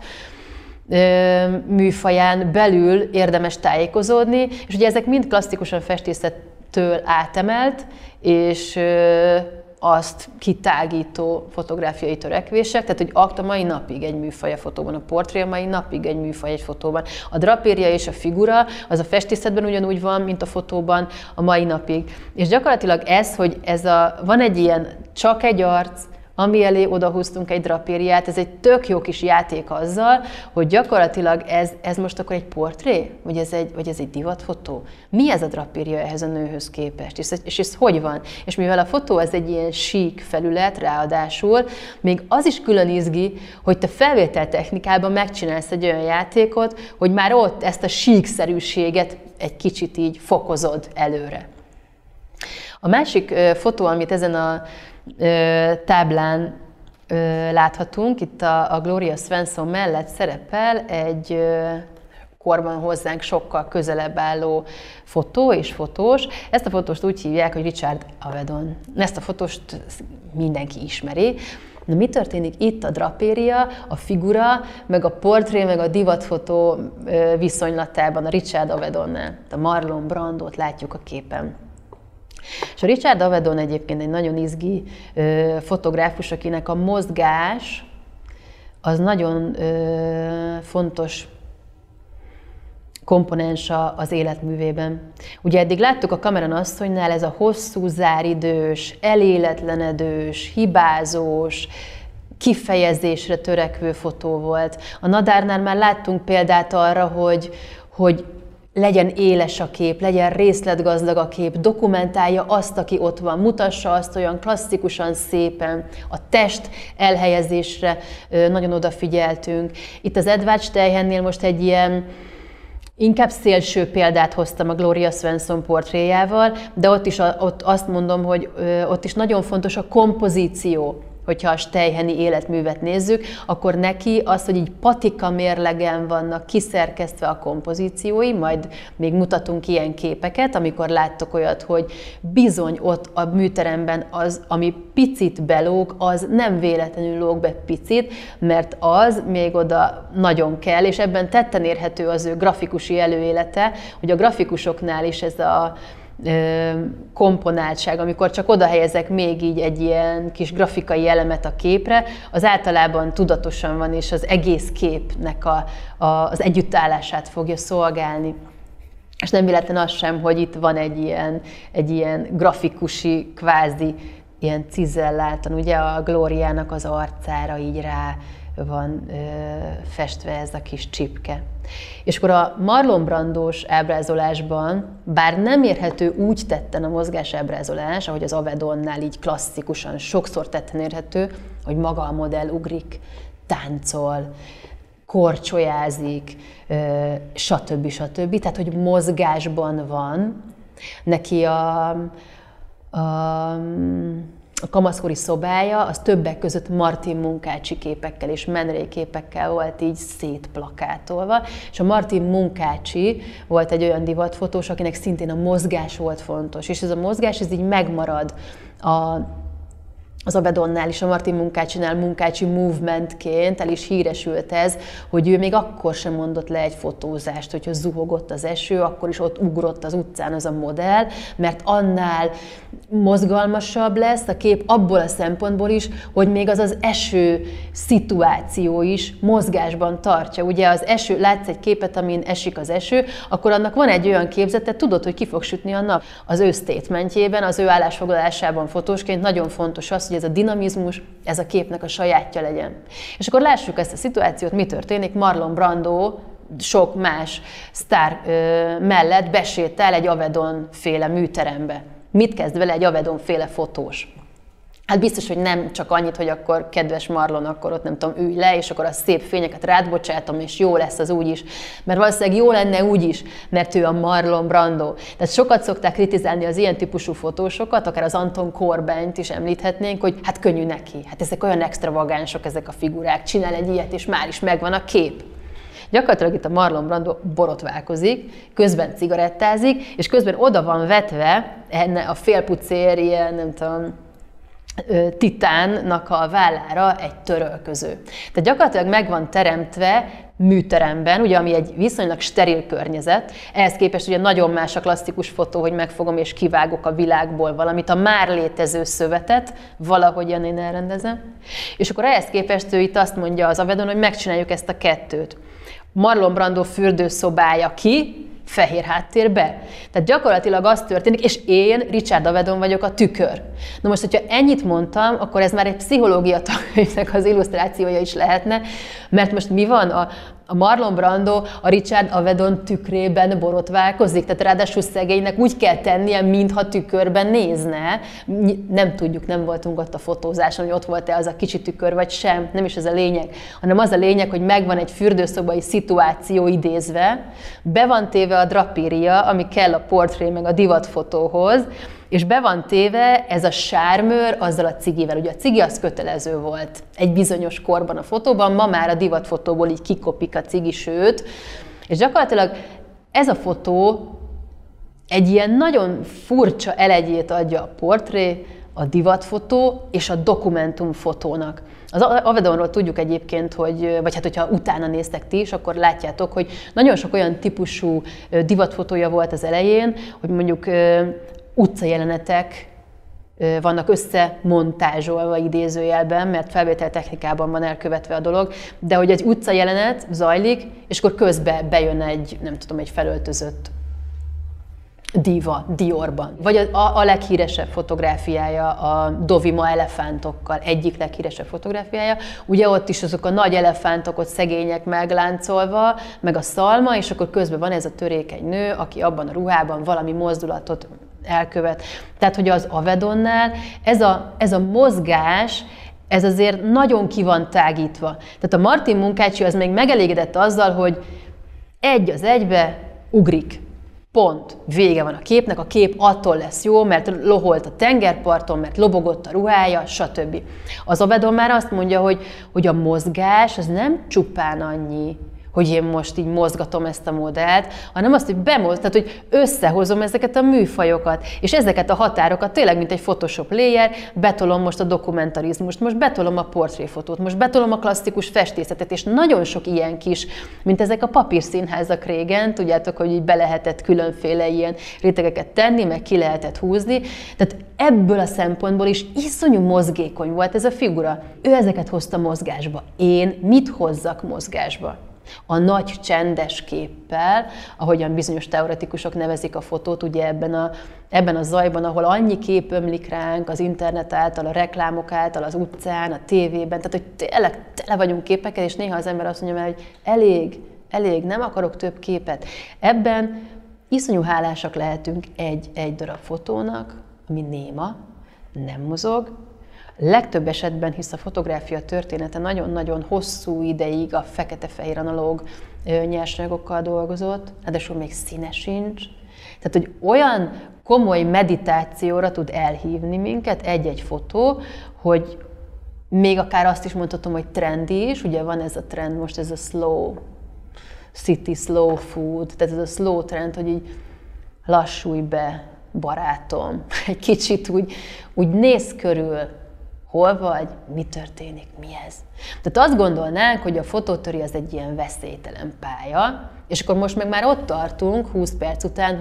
műfaján belül érdemes tájékozódni, és ugye ezek mind klasszikusan festészettől átemelt, és azt kitágító fotográfiai törekvések, tehát hogy akt a mai napig egy műfaj a fotóban, a portré a mai napig egy műfaj egy fotóban. A drapéria és a figura, az a festészetben ugyanúgy van, mint a fotóban a mai napig. És gyakorlatilag ez, hogy van egy ilyen csak egy arc, ami elé odahúztunk egy drapériát, ez egy tök jó kis játék azzal, hogy gyakorlatilag ez most akkor egy portré? Vagy ez egy divatfotó? Mi ez a drapéria ehhez a nőhöz képest? És ez hogy van? És mivel a fotó ez egy ilyen sík felület, ráadásul, még az is külön izgi, hogy te felvételtechnikában megcsinálsz egy olyan játékot, hogy már ott ezt a síkszerűséget egy kicsit így fokozod előre. A másik fotó, amit ezen a táblán láthatunk, itt a Gloria Swanson mellett szerepel egy korban hozzánk sokkal közelebb álló fotó és fotós. Ezt a fotóst úgy hívják, hogy Richard Avedon. Ezt a fotóst mindenki ismeri. Na, mi történik itt a drapéria, a figura, meg a portré, meg a divatfotó viszonylatában a Richard Avedonnál? A Marlon Brandót látjuk a képen. És a Richard Avedon egyébként egy nagyon izgi fotográfus, akinek a mozgás az nagyon fontos komponensa az életművében. Ugye eddig láttuk a Cameron asszonynál, ez a hosszú záridős, eléletlenedős, hibázós, kifejezésre törekvő fotó volt. A Nadárnál már láttunk példát arra, hogy legyen éles a kép, legyen részletgazdag a kép, dokumentálja azt, aki ott van, mutassa azt olyan klasszikusan szépen. A test elhelyezésre nagyon odafigyeltünk. Itt az Edward Steichennél most egy ilyen inkább szélső példát hoztam a Gloria Swanson portréjával, de ott azt mondom, hogy ott is nagyon fontos a kompozíció. Hogyha a Steicheni életművet nézzük, akkor neki az, hogy így patika mérlegen vannak kiszerkesztve a kompozíciói, majd még mutatunk ilyen képeket, amikor láttok olyat, hogy bizony ott a műteremben az, ami picit belóg, az nem véletlenül lóg be picit, mert az még oda nagyon kell, és ebben tetten érhető az ő grafikusi előélete, hogy a grafikusoknál is ez a komponáltság, amikor csak oda helyezek még így egy ilyen kis grafikai elemet a képre, az általában tudatosan van, és az egész képnek az együttállását fogja szolgálni. És nem véletlen az sem, hogy itt van egy ilyen grafikusi, kvázi ilyen cizelláltan, ugye a Glóriának az arcára így rá van festve ez a kis csipke. És akkor a Marlon Brandós ábrázolásban, bár nem érhető úgy tetten a mozgásábrázolás, ahogy az Avedonnál így klasszikusan sokszor tetten érhető, hogy maga a modell ugrik, táncol, korcsolyázik, stb. Tehát, hogy mozgásban van. Neki a kamaszkori szobája, az többek között Martin Munkácsi képekkel és Man Ray képekkel volt így szétplakátolva, és a Martin Munkácsi volt egy olyan divatfotós, akinek szintén a mozgás volt fontos, és ez a mozgás ez így megmarad az Avedonnál is, a Martin Munkácsinál Munkácsi movementként el is híresült ez, hogy ő még akkor sem mondott le egy fotózást, hogyha zuhogott az eső, akkor is ott ugrott az utcán az a modell, mert annál mozgalmasabb lesz a kép abból a szempontból is, hogy még az eső szituáció is mozgásban tartja. Ugye az eső, látsz egy képet, amin esik az eső, akkor annak van egy olyan képzete, tudod, hogy ki fog sütni a nap. Az ő statementjében, az ő állásfoglalásában fotósként nagyon fontos az, hogy ez a dinamizmus, ez a képnek a sajátja legyen. És akkor lássuk ezt a szituációt, mi történik. Marlon Brando sok más sztár mellett besétál egy Avedon-féle műterembe. Mit kezd vele egy Avedon-féle fotós? Hát biztos, hogy nem csak annyit, hogy akkor kedves Marlon, akkor ott nem tudom, ülj le, és akkor a szép fényeket rád bocsátom, és jó lesz az úgyis. Mert valószínűleg jó lenne úgyis, mert ő a Marlon Brando. Tehát sokat szokták kritizálni az ilyen típusú fotósokat, akár az Anton Corbijn-t is említhetnénk, hogy hát könnyű neki, hát ezek olyan extravagánsok, ezek a figurák, csinál egy ilyet, és már is megvan a kép. Gyakorlatilag itt a Marlon Brando borotválkozik, közben cigarettázik, és közben oda van vetve a félpucér, ilyen, nem tudom, titánnak a vállára egy törölköző. Tehát gyakorlatilag meg van teremtve műteremben, ugye, ami egy viszonylag steril környezet, ehhez képest ugye nagyon más a klasszikus fotó, hogy megfogom és kivágok a világból valamit, a már létező szövetet, valahogyan én elrendezem. És akkor ehhez képest ő itt azt mondja az Avedon, hogy megcsináljuk ezt a kettőt. Marlon Brando fürdőszobája ki, fehér háttérbe. Tehát gyakorlatilag az történik, és én, Richard Avedon vagyok a tükör. Na most, hogyha ennyit mondtam, akkor ez már egy pszichológia tankönyvnek az illusztrációja is lehetne, mert most mi van? A Marlon Brando a Richard Avedon tükrében borotválkozik, tehát ráadásul szegénynek úgy kell tennie, mintha tükörben nézne. Nem tudjuk, nem voltunk ott a fotózáson, hogy ott volt-e az a kicsi tükör, vagy sem, nem is ez a lényeg, hanem az a lényeg, hogy megvan egy fürdőszobai szituáció idézve, be van téve a drapéria, ami kell a portré meg a divatfotóhoz, és be van téve ez a sármőr azzal a cigivel. Ugye a cigi az kötelező volt egy bizonyos korban a fotóban, ma már a divatfotóból így kikopik a cigi, sőt, és gyakorlatilag ez a fotó egy ilyen nagyon furcsa elegyét adja a portré, a divatfotó és a dokumentumfotónak. Az Avedonról tudjuk egyébként, hogy, vagy hát hogyha utána néztek ti is, akkor látjátok, hogy nagyon sok olyan típusú divatfotója volt az elején, hogy mondjuk utcajelenetek vannak összemontázsolva idézőjelben, mert felvételtechnikában van elkövetve a dolog, de hogy egy utcajelenet zajlik, és akkor közben bejön egy, nem tudom, egy felöltözött diva Diorban. Vagy a leghíresebb fotográfiája a Dovima elefántokkal, egyik leghíresebb fotográfiája. Ugye ott is azok a nagy elefántok ott szegények megláncolva, meg a szalma, és akkor közben van ez a törékeny nő, aki abban a ruhában valami mozdulatot elkövet. Tehát, hogy az Avedonnál ez a mozgás, ez azért nagyon ki van tágítva. Tehát a Martin Munkácsi az még megelégedett azzal, hogy egy az egybe ugrik. Pont. Vége van a képnek, a kép attól lesz jó, mert loholt a tengerparton, mert lobogott a ruhája, stb. Az Avedon már azt mondja, hogy a mozgás az nem csupán annyi, hogy én most így mozgatom ezt a modellt, hanem azt, hogy tehát hogy összehozom ezeket a műfajokat, és ezeket a határokat tényleg, mint egy Photoshop layer, betolom most a dokumentarizmust, most betolom a portréfotót, most betolom a klasszikus festészetet, és nagyon sok ilyen kis, mint ezek a papírszínházak régen, tudjátok, hogy így be lehetett különféle ilyen rétegeket tenni, meg ki lehetett húzni, tehát ebből a szempontból is iszonyú mozgékony volt ez a figura. Ő ezeket hozta mozgásba. Én mit hozzak mozgásba? A nagy csendes képpel, ahogyan bizonyos teoretikusok nevezik a fotót, ugye ebben a zajban, ahol annyi kép ömlik ránk az internet által, a reklámok által, az utcán, a tévében, tehát hogy tényleg tele vagyunk képekkel, és néha az ember azt mondja már, hogy elég, nem akarok több képet. Ebben iszonyú hálásak lehetünk egy darab fotónak, ami néma, nem mozog, legtöbb esetben, hisz a fotográfia története nagyon-nagyon hosszú ideig a fekete-fehér analóg nyersanyagokkal dolgozott, ráadásul még színe sincs. Tehát, hogy olyan komoly meditációra tud elhívni minket egy-egy fotó, hogy még akár azt is mondhatom, hogy trendi is, ugye van ez a trend most, ez a slow city, slow food, tehát ez a slow trend, hogy így lassulj be, barátom, egy kicsit úgy néz körül, Hol vagy? Mi történik? Mi ez? Tehát azt gondolnánk, hogy a fotótöri az egy ilyen veszélytelen pálya, és akkor most meg már ott tartunk 20 perc után,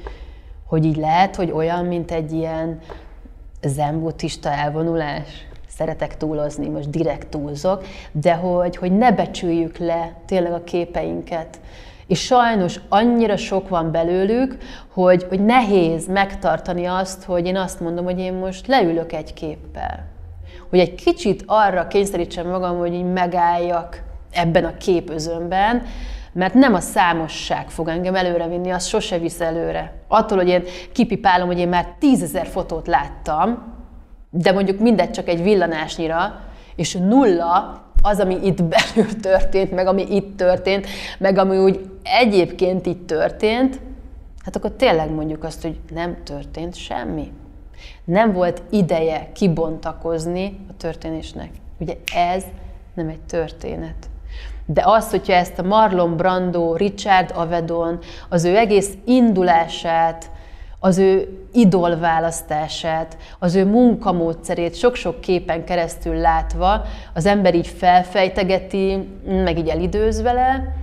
hogy így lehet, hogy olyan, mint egy ilyen zen-buddhista elvonulás. Szeretek túlozni, most direkt túlzok, de hogy ne becsüljük le tényleg a képeinket. És sajnos annyira sok van belőlük, hogy nehéz megtartani azt, hogy én azt mondom, hogy én most leülök egy képpel. Hogy egy kicsit arra kényszerítsem magam, hogy így megálljak ebben a képözömben, mert nem a számosság fog engem előrevinni, az sose visz előre. Attól, hogy én kipipálom, hogy én már 10 000 fotót láttam, de mondjuk mindegy csak egy villanásnyira, és 0 az, ami itt belül történt, meg ami itt történt, meg ami úgy egyébként itt történt, hát akkor tényleg mondjuk azt, hogy nem történt semmi. Nem volt ideje kibontakozni a történésnek. Ugye ez nem egy történet. De az, hogyha ezt a Marlon Brando, Richard Avedon, az ő egész indulását, az ő idolválasztását, az ő munkamódszerét sok-sok képen keresztül látva, az ember így felfejtegeti, meg így elidőz vele,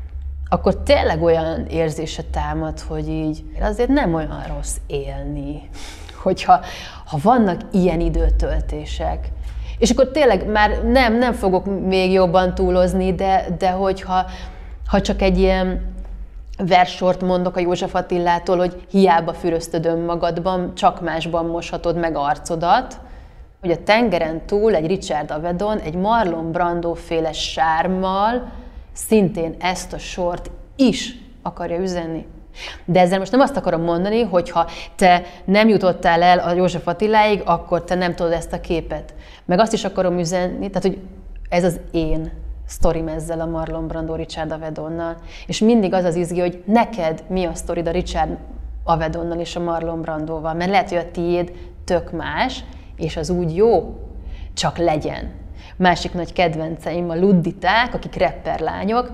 akkor tényleg olyan érzése támad, hogy így azért nem olyan rossz élni, hogyha vannak ilyen időtöltések. És akkor tényleg már nem fogok még jobban túlozni, de hogyha csak egy ilyen verssort mondok a József Attilától, hogy hiába füröztöd önmagadban, csak másban moshatod meg arcodat, hogy a tengeren túl egy Richard Avedon, egy Marlon Brando féle sármmal szintén ezt a sort is akarja üzenni. De ezzel most nem azt akarom mondani, hogy ha te nem jutottál el a József Attiláig, akkor te nem tudod ezt a képet. Meg azt is akarom üzenni, tehát hogy ez az én sztorim ezzel a Marlon Brando Richard Avedonnal. És mindig az az izgi, hogy neked mi a sztorid a Richard Avedonnal és a Marlon Brandoval. Mert lehet, hogy a tiéd tök más, és az úgy jó, csak legyen. Másik nagy kedvenceim a ludditák, akik rapperlányok,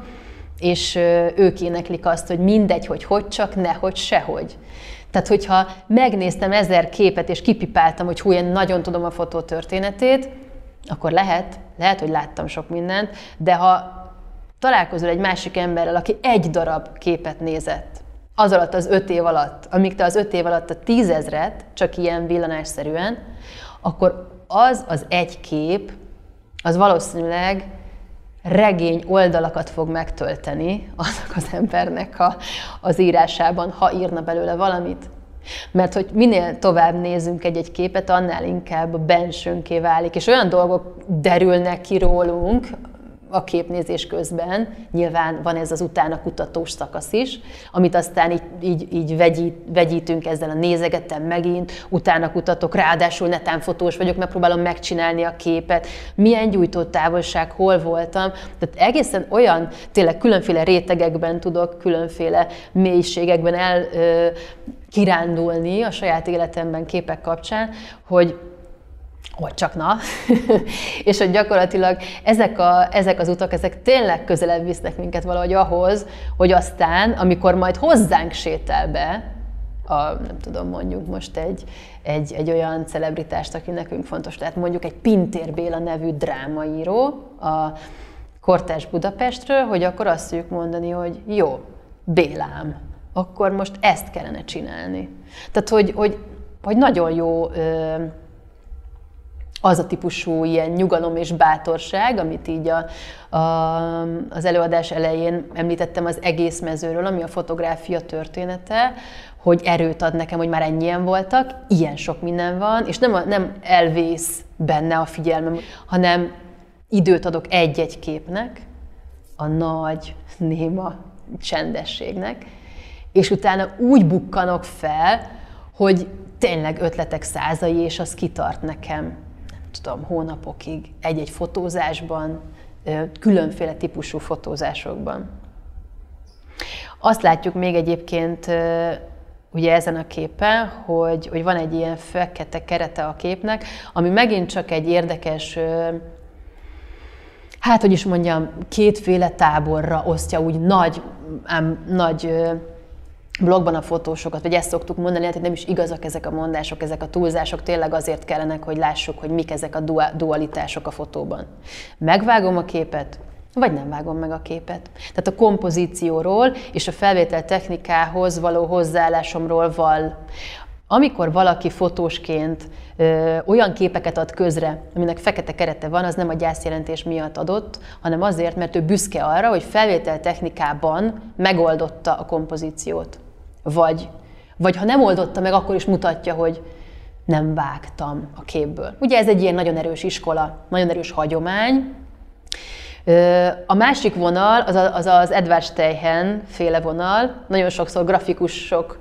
és ők éneklik azt, hogy mindegy, hogy csak, nehogy, sehogy. Tehát, hogyha megnéztem 1000 képet, és kipipáltam, hogy hú, én nagyon tudom a fotó történetét, akkor lehet, hogy láttam sok mindent, de ha találkozol egy másik emberrel, aki egy darab képet nézett, az alatt az 5 év alatt, amíg te az 5 év alatt a 10 000-et, csak ilyen villanásszerűen, akkor az egy kép, az valószínűleg regény oldalakat fog megtölteni annak az embernek az írásában, ha írna belőle valamit. Mert hogy minél tovább nézünk egy képet, annál inkább a bensőnké válik, és olyan dolgok derülnek ki rólunk a képnézés közben, nyilván van ez az utána kutatós szakasz is, amit aztán így vegyítünk ezzel a nézegetem megint, utána kutatok, ráadásul netánfotós vagyok, megpróbálom megcsinálni a képet, milyen gyújtótávolság, hol voltam, tehát egészen olyan, tényleg különféle rétegekben tudok, különféle mélységekben kirándulni a saját életemben képek kapcsán, hogy csak na, és hogy gyakorlatilag ezek az utak, ezek tényleg közelebb visznek minket valahogy ahhoz, hogy aztán, amikor majd hozzánk sétál be, nem tudom, mondjuk most egy olyan celebritást, aki nekünk fontos lehet, mondjuk egy Pintér Béla nevű drámaíró a Kortárs Budapestről, hogy akkor azt tudjuk mondani, hogy jó, Bélám, akkor most ezt kellene csinálni. Tehát, hogy nagyon jó az a típusú ilyen nyugalom és bátorság, amit így az előadás elején említettem az egész mezőről, ami a fotográfia története, hogy erőt ad nekem, hogy már ennyien voltak, ilyen sok minden van, és nem elvész benne a figyelmem, hanem időt adok egy-egy képnek, a nagy, néma csendességnek, és utána úgy bukkanok fel, hogy tényleg ötletek százai, és az kitart nekem, nem tudom, hónapokig egy-egy fotózásban, különféle típusú fotózásokban. Azt látjuk még egyébként ugye ezen a képen, hogy van egy ilyen fekete kerete a képnek, ami megint csak egy érdekes, hát hogy is mondjam, kétféle táborra osztja úgy nagy blogban a fotósokat, vagy ezt szoktuk mondani, hogy nem is igazak ezek a mondások, ezek a túlzások, tényleg azért kellenek, hogy lássuk, hogy mik ezek a dualitások a fotóban. Megvágom a képet, vagy nem vágom meg a képet. Tehát a kompozícióról és a felvétel technikához való hozzáállásomról val. Amikor valaki fotósként olyan képeket ad közre, aminek fekete kerete van, az nem a gyászjelentés miatt adott, hanem azért, mert ő büszke arra, hogy felvétel technikában megoldotta a kompozíciót. Vagy ha nem oldotta meg, akkor is mutatja, hogy nem vágtam a képből. Ugye ez egy ilyen nagyon erős iskola, nagyon erős hagyomány. A másik vonal az Edward Steichen féle vonal. Nagyon sokszor grafikusok,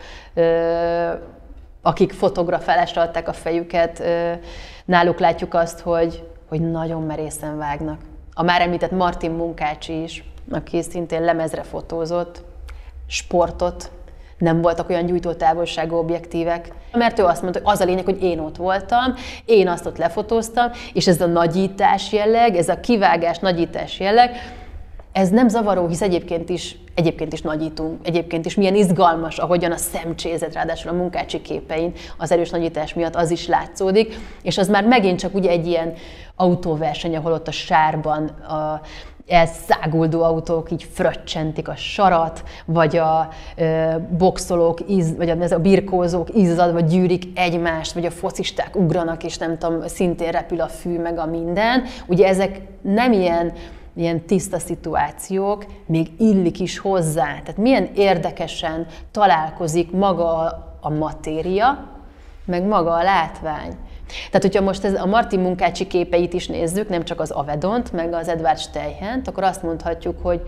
akik fotografálásra adták a fejüket, náluk látjuk azt, hogy nagyon merészen vágnak. A már említett Martin Munkácsi is, aki szintén lemezre fotózott, sportot, nem voltak olyan gyújtótávolságú objektívek, mert ő azt mondta, hogy az a lényeg, hogy én ott voltam, én azt ott lefotóztam, és ez a nagyítás jelleg, ez a kivágás, nagyítás jelleg, ez nem zavaró, hisz egyébként is nagyítunk, egyébként is milyen izgalmas, ahogyan a szemcsézet, ráadásul a Munkácsi képein az erős nagyítás miatt az is látszódik, és az már megint csak ugye egy ilyen autóverseny, ahol ott a sárban elszáguldó autók így fröccsentik a sarat, vagy a boxolók, vagy a birkózók izzadva gyűrik egymást, vagy a focisták ugranak, és nem tudom, szintén repül a fű, meg a minden. Ugye ezek nem ilyen tiszta szituációk, még illik is hozzá. Tehát milyen érdekesen találkozik maga a matéria, meg maga a látvány. Tehát, hogyha most a Martin Munkácsi képeit is nézzük, nem csak az Avedont, meg az Edward Steichent, akkor azt mondhatjuk, hogy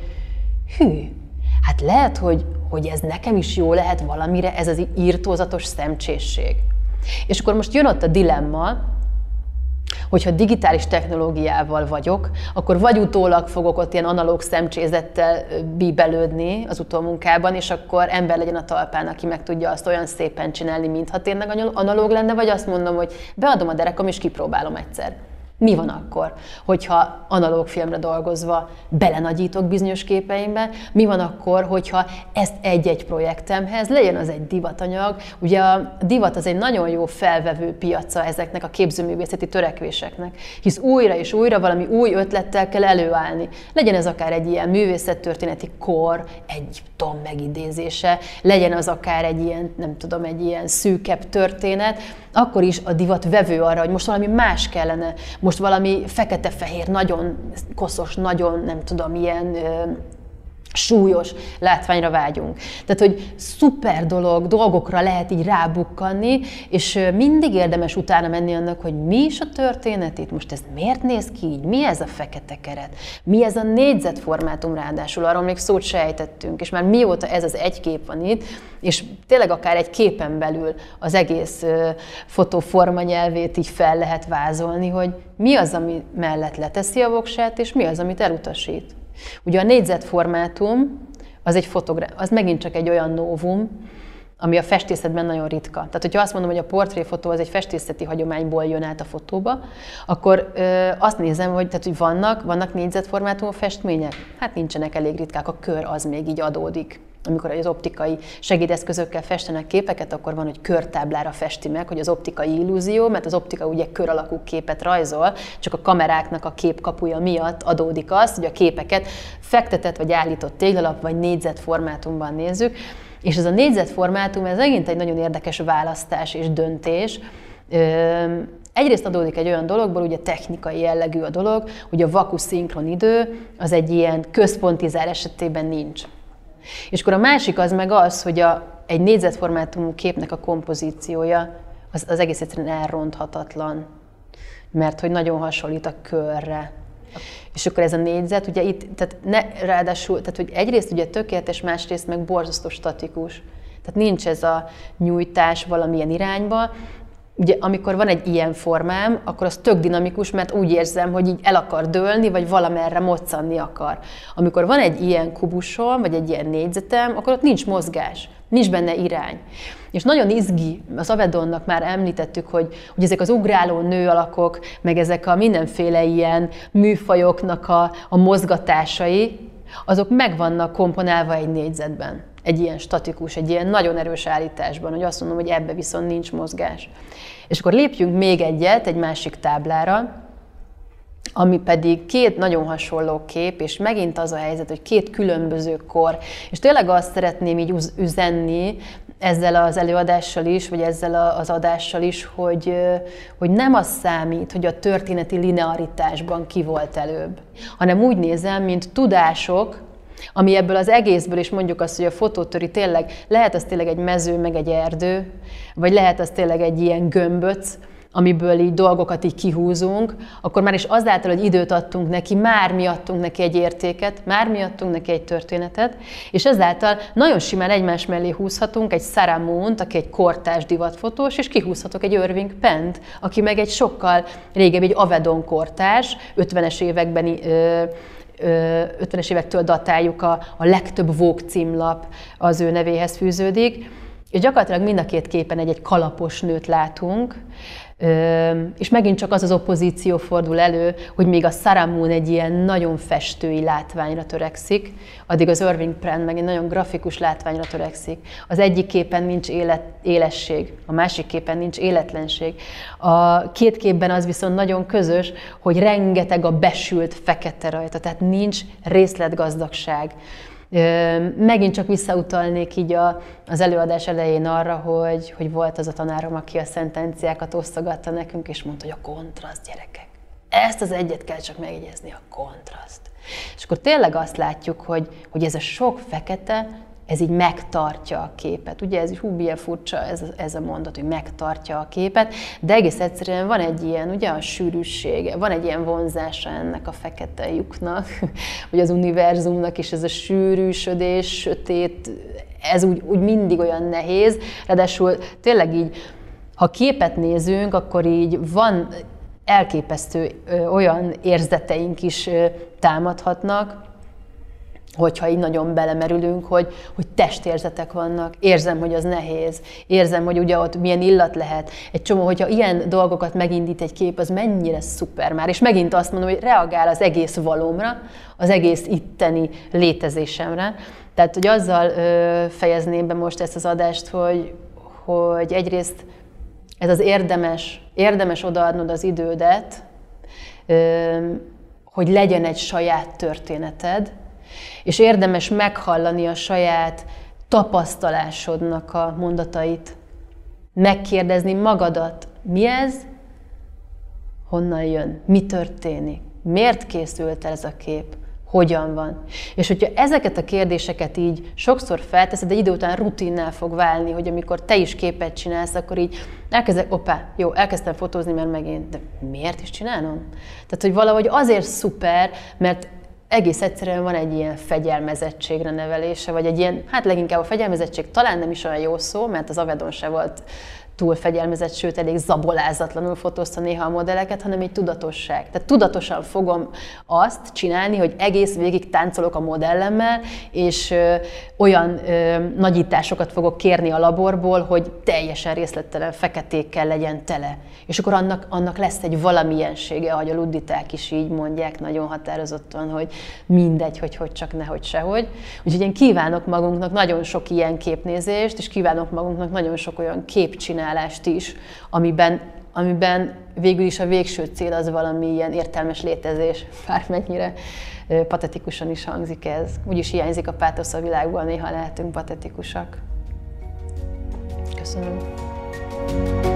hát lehet, hogy ez nekem is jó lehet valamire, ez az írtózatos szemcsészség. És akkor most jön ott a dilemma, hogyha digitális technológiával vagyok, akkor vagy utólag fogok ott ilyen analóg szemcsézettel bíbelődni az utómunkában, és akkor ember legyen a talpán, aki meg tudja azt olyan szépen csinálni, mintha tényleg analóg lenne, vagy azt mondom, hogy beadom a derekam, és kipróbálom egyszer. Mi van akkor, hogyha analóg filmre dolgozva belenagyítok bizonyos képeimbe? Mi van akkor, hogyha ezt egy-egy projektemhez, legyen az egy divatanyag? Ugye a divat az egy nagyon jó felvevő piaca ezeknek a képzőművészeti törekvéseknek, hisz újra és újra valami új ötlettel kell előállni. Legyen ez akár egy ilyen művészettörténeti kor, egy Tom megidézése, legyen az akár egy ilyen, nem tudom, egy ilyen szűkebb történet, akkor is a divat vevő arra, hogy most valami más kellene, most valami fekete-fehér, nagyon koszos, nagyon nem tudom, ilyen súlyos látványra vágyunk. Tehát, hogy szuper dolgokra lehet így rábukkanni, és mindig érdemes utána menni annak, hogy mi is a történet itt, most ez miért néz ki így, mi ez a fekete keret, mi ez a négyzetformátum ráadásul, arról még szót se ejtettünk, és már mióta ez az egy kép van itt, és tényleg akár egy képen belül az egész fotóforma nyelvét így fel lehet vázolni, hogy mi az, ami mellett leteszi a voksát, és mi az, amit elutasít. Ugye a négyzetformátum az megint csak egy olyan novum, ami a festészetben nagyon ritka. Tehát, hogyha azt mondom, hogy a portréfotó az egy festészeti hagyományból jön át a fotóba, akkor azt nézem, hogy vannak négyzetformátumú festmények? Hát nincsenek, elég ritkák, a kör az még így adódik. Amikor az optikai segédeszközökkel festenek képeket, akkor van, hogy körtáblára festi meg, hogy az optikai illúzió, mert az optika ugye kör alakú képet rajzol, csak a kameráknak a képkapuja miatt adódik az, hogy a képeket fektetett vagy állított téglalap vagy négyzetformátumban nézzük, és ez a négyzetformátum, ez megint egy nagyon érdekes választás és döntés. Egyrészt adódik egy olyan dologból, ugye technikai jellegű a dolog, hogy a vakuszinkron idő az egy ilyen központi zár esetében nincs. És akkor a másik az meg az, hogy egy négyzetformátumú képnek a kompozíciója az egész egyszerűen elronthatatlan, mert hogy nagyon hasonlít a körre. És akkor ez a négyzet, ugye itt, ráadásul, hogy egyrészt ugye tökéletes, másrészt meg borzasztó statikus. Tehát nincs ez a nyújtás valamilyen irányba. Ugye amikor van egy ilyen formám, akkor az tök dinamikus, mert úgy érzem, hogy így el akar dőlni, vagy valamerre moccanni akar. Amikor van egy ilyen kubusom, vagy egy ilyen négyzetem, akkor ott nincs mozgás, nincs benne irány. És nagyon izgi, az Avedonnak már említettük, hogy ezek az ugráló nőalakok, meg ezek a mindenféle ilyen műfajoknak a mozgatásai, azok meg vannak komponálva egy négyzetben. egy ilyen statikus, egy ilyen nagyon erős állításban, hogy azt mondom, hogy ebbe viszont nincs mozgás. És akkor lépjünk még egyet, egy másik táblára, ami pedig két nagyon hasonló kép, és megint az a helyzet, hogy két különböző kor. És tényleg azt szeretném így üzenni ezzel az előadással is, vagy ezzel az adással is, hogy nem az számít, hogy a történeti linearitásban ki volt előbb, hanem úgy nézem, mint tudások, ami ebből az egészből is mondjuk azt, hogy a fotótöri tényleg, lehet az tényleg egy mező, meg egy erdő, vagy lehet az tényleg egy ilyen gömböc, amiből így dolgokat így kihúzunk, akkor már is azáltal, hogy időt adtunk neki, már mi adtunk neki egy értéket, már mi adtunk neki egy történetet, és ezáltal nagyon simán egymás mellé húzhatunk egy Sarah Moont, aki egy kortárs divatfotós, és kihúzhatok egy Irving Pennt, aki meg egy sokkal régebbi, egy Avedon kortárs, 50-es évekbeni 50-es évektől datáljuk, a legtöbb Vogue címlap az ő nevéhez fűződik, és gyakorlatilag mind a két képen egy kalapos nőt látunk, és megint csak az opozíció fordul elő, hogy még a Sarah Moon egy ilyen nagyon festői látványra törekszik, addig az Irving Penn meg egy nagyon grafikus látványra törekszik. Az egyik képen nincs élesség, a másik képen nincs életlenség. A két képben az viszont nagyon közös, hogy rengeteg a besült fekete rajta, tehát nincs részletgazdagság. Megint csak visszautalnék így az előadás elején arra, hogy volt az a tanárom, aki a szentenciákat osztogatta nekünk, és mondta, hogy a kontraszt, gyerekek. Ezt az egyet kell csak megjegyezni, a kontraszt. És akkor tényleg azt látjuk, hogy ez a sok fekete, ez így megtartja a képet. Ugye ez is milyen furcsa ez a mondat, hogy megtartja a képet, de egész egyszerűen van egy ilyen, ugye a sűrűsége, van egy ilyen vonzása ennek a fekete lyuknak, vagy az univerzumnak is ez a sűrűsödés, sötét, ez úgy mindig olyan nehéz, ráadásul tényleg így, ha képet nézünk, akkor így van elképesztő olyan érzeteink is támadhatnak, hogyha így nagyon belemerülünk, hogy testérzetek vannak, érzem, hogy az nehéz, érzem, hogy ugye ott milyen illat lehet. Egy csomó, hogyha ilyen dolgokat megindít egy kép, az mennyire szuper már. És megint azt mondom, hogy reagál az egész valómra, az egész itteni létezésemre. Tehát, hogy azzal fejezném be most ezt az adást, hogy egyrészt ez az érdemes odaadnod az idődet, hogy legyen egy saját történeted, és érdemes meghallani a saját tapasztalásodnak a mondatait, megkérdezni magadat, mi ez, honnan jön, mi történik, miért készült ez a kép, hogyan van. És hogyha ezeket a kérdéseket így sokszor felteszed, de idő után rutinná fog válni, hogy amikor te is képet csinálsz, akkor így elkezdtem fotózni, mert megint, de miért is csinálom? Tehát, hogy valahogy azért szuper, mert egész egyszerűen van egy ilyen fegyelmezettségre nevelése, vagy egy ilyen, hát leginkább a fegyelmezettség talán nem is olyan jó szó, mert az Avedon se volt túl fegyelmezett, sőt elég zabolázatlanul fotózta néha a modelleket, hanem egy tudatosság. Tehát tudatosan fogom azt csinálni, hogy egész végig táncolok a modellemmel, és olyan nagyításokat fogok kérni a laborból, hogy teljesen részlettelen feketékkel legyen tele. És akkor annak lesz egy valamilyensége, ahogy a ludditák is így mondják nagyon határozottan, hogy mindegy, hogy csak nehogy sehogy. Úgyhogy én kívánok magunknak nagyon sok ilyen képnézést, és kívánok magunknak nagyon sok olyan képcsinálást is, amiben végül is a végső cél az valami ilyen értelmes létezés, bármennyire patetikusan is hangzik ez. Úgyis hiányzik a pátosz a világból, néha lehetünk patetikusak. Köszönöm.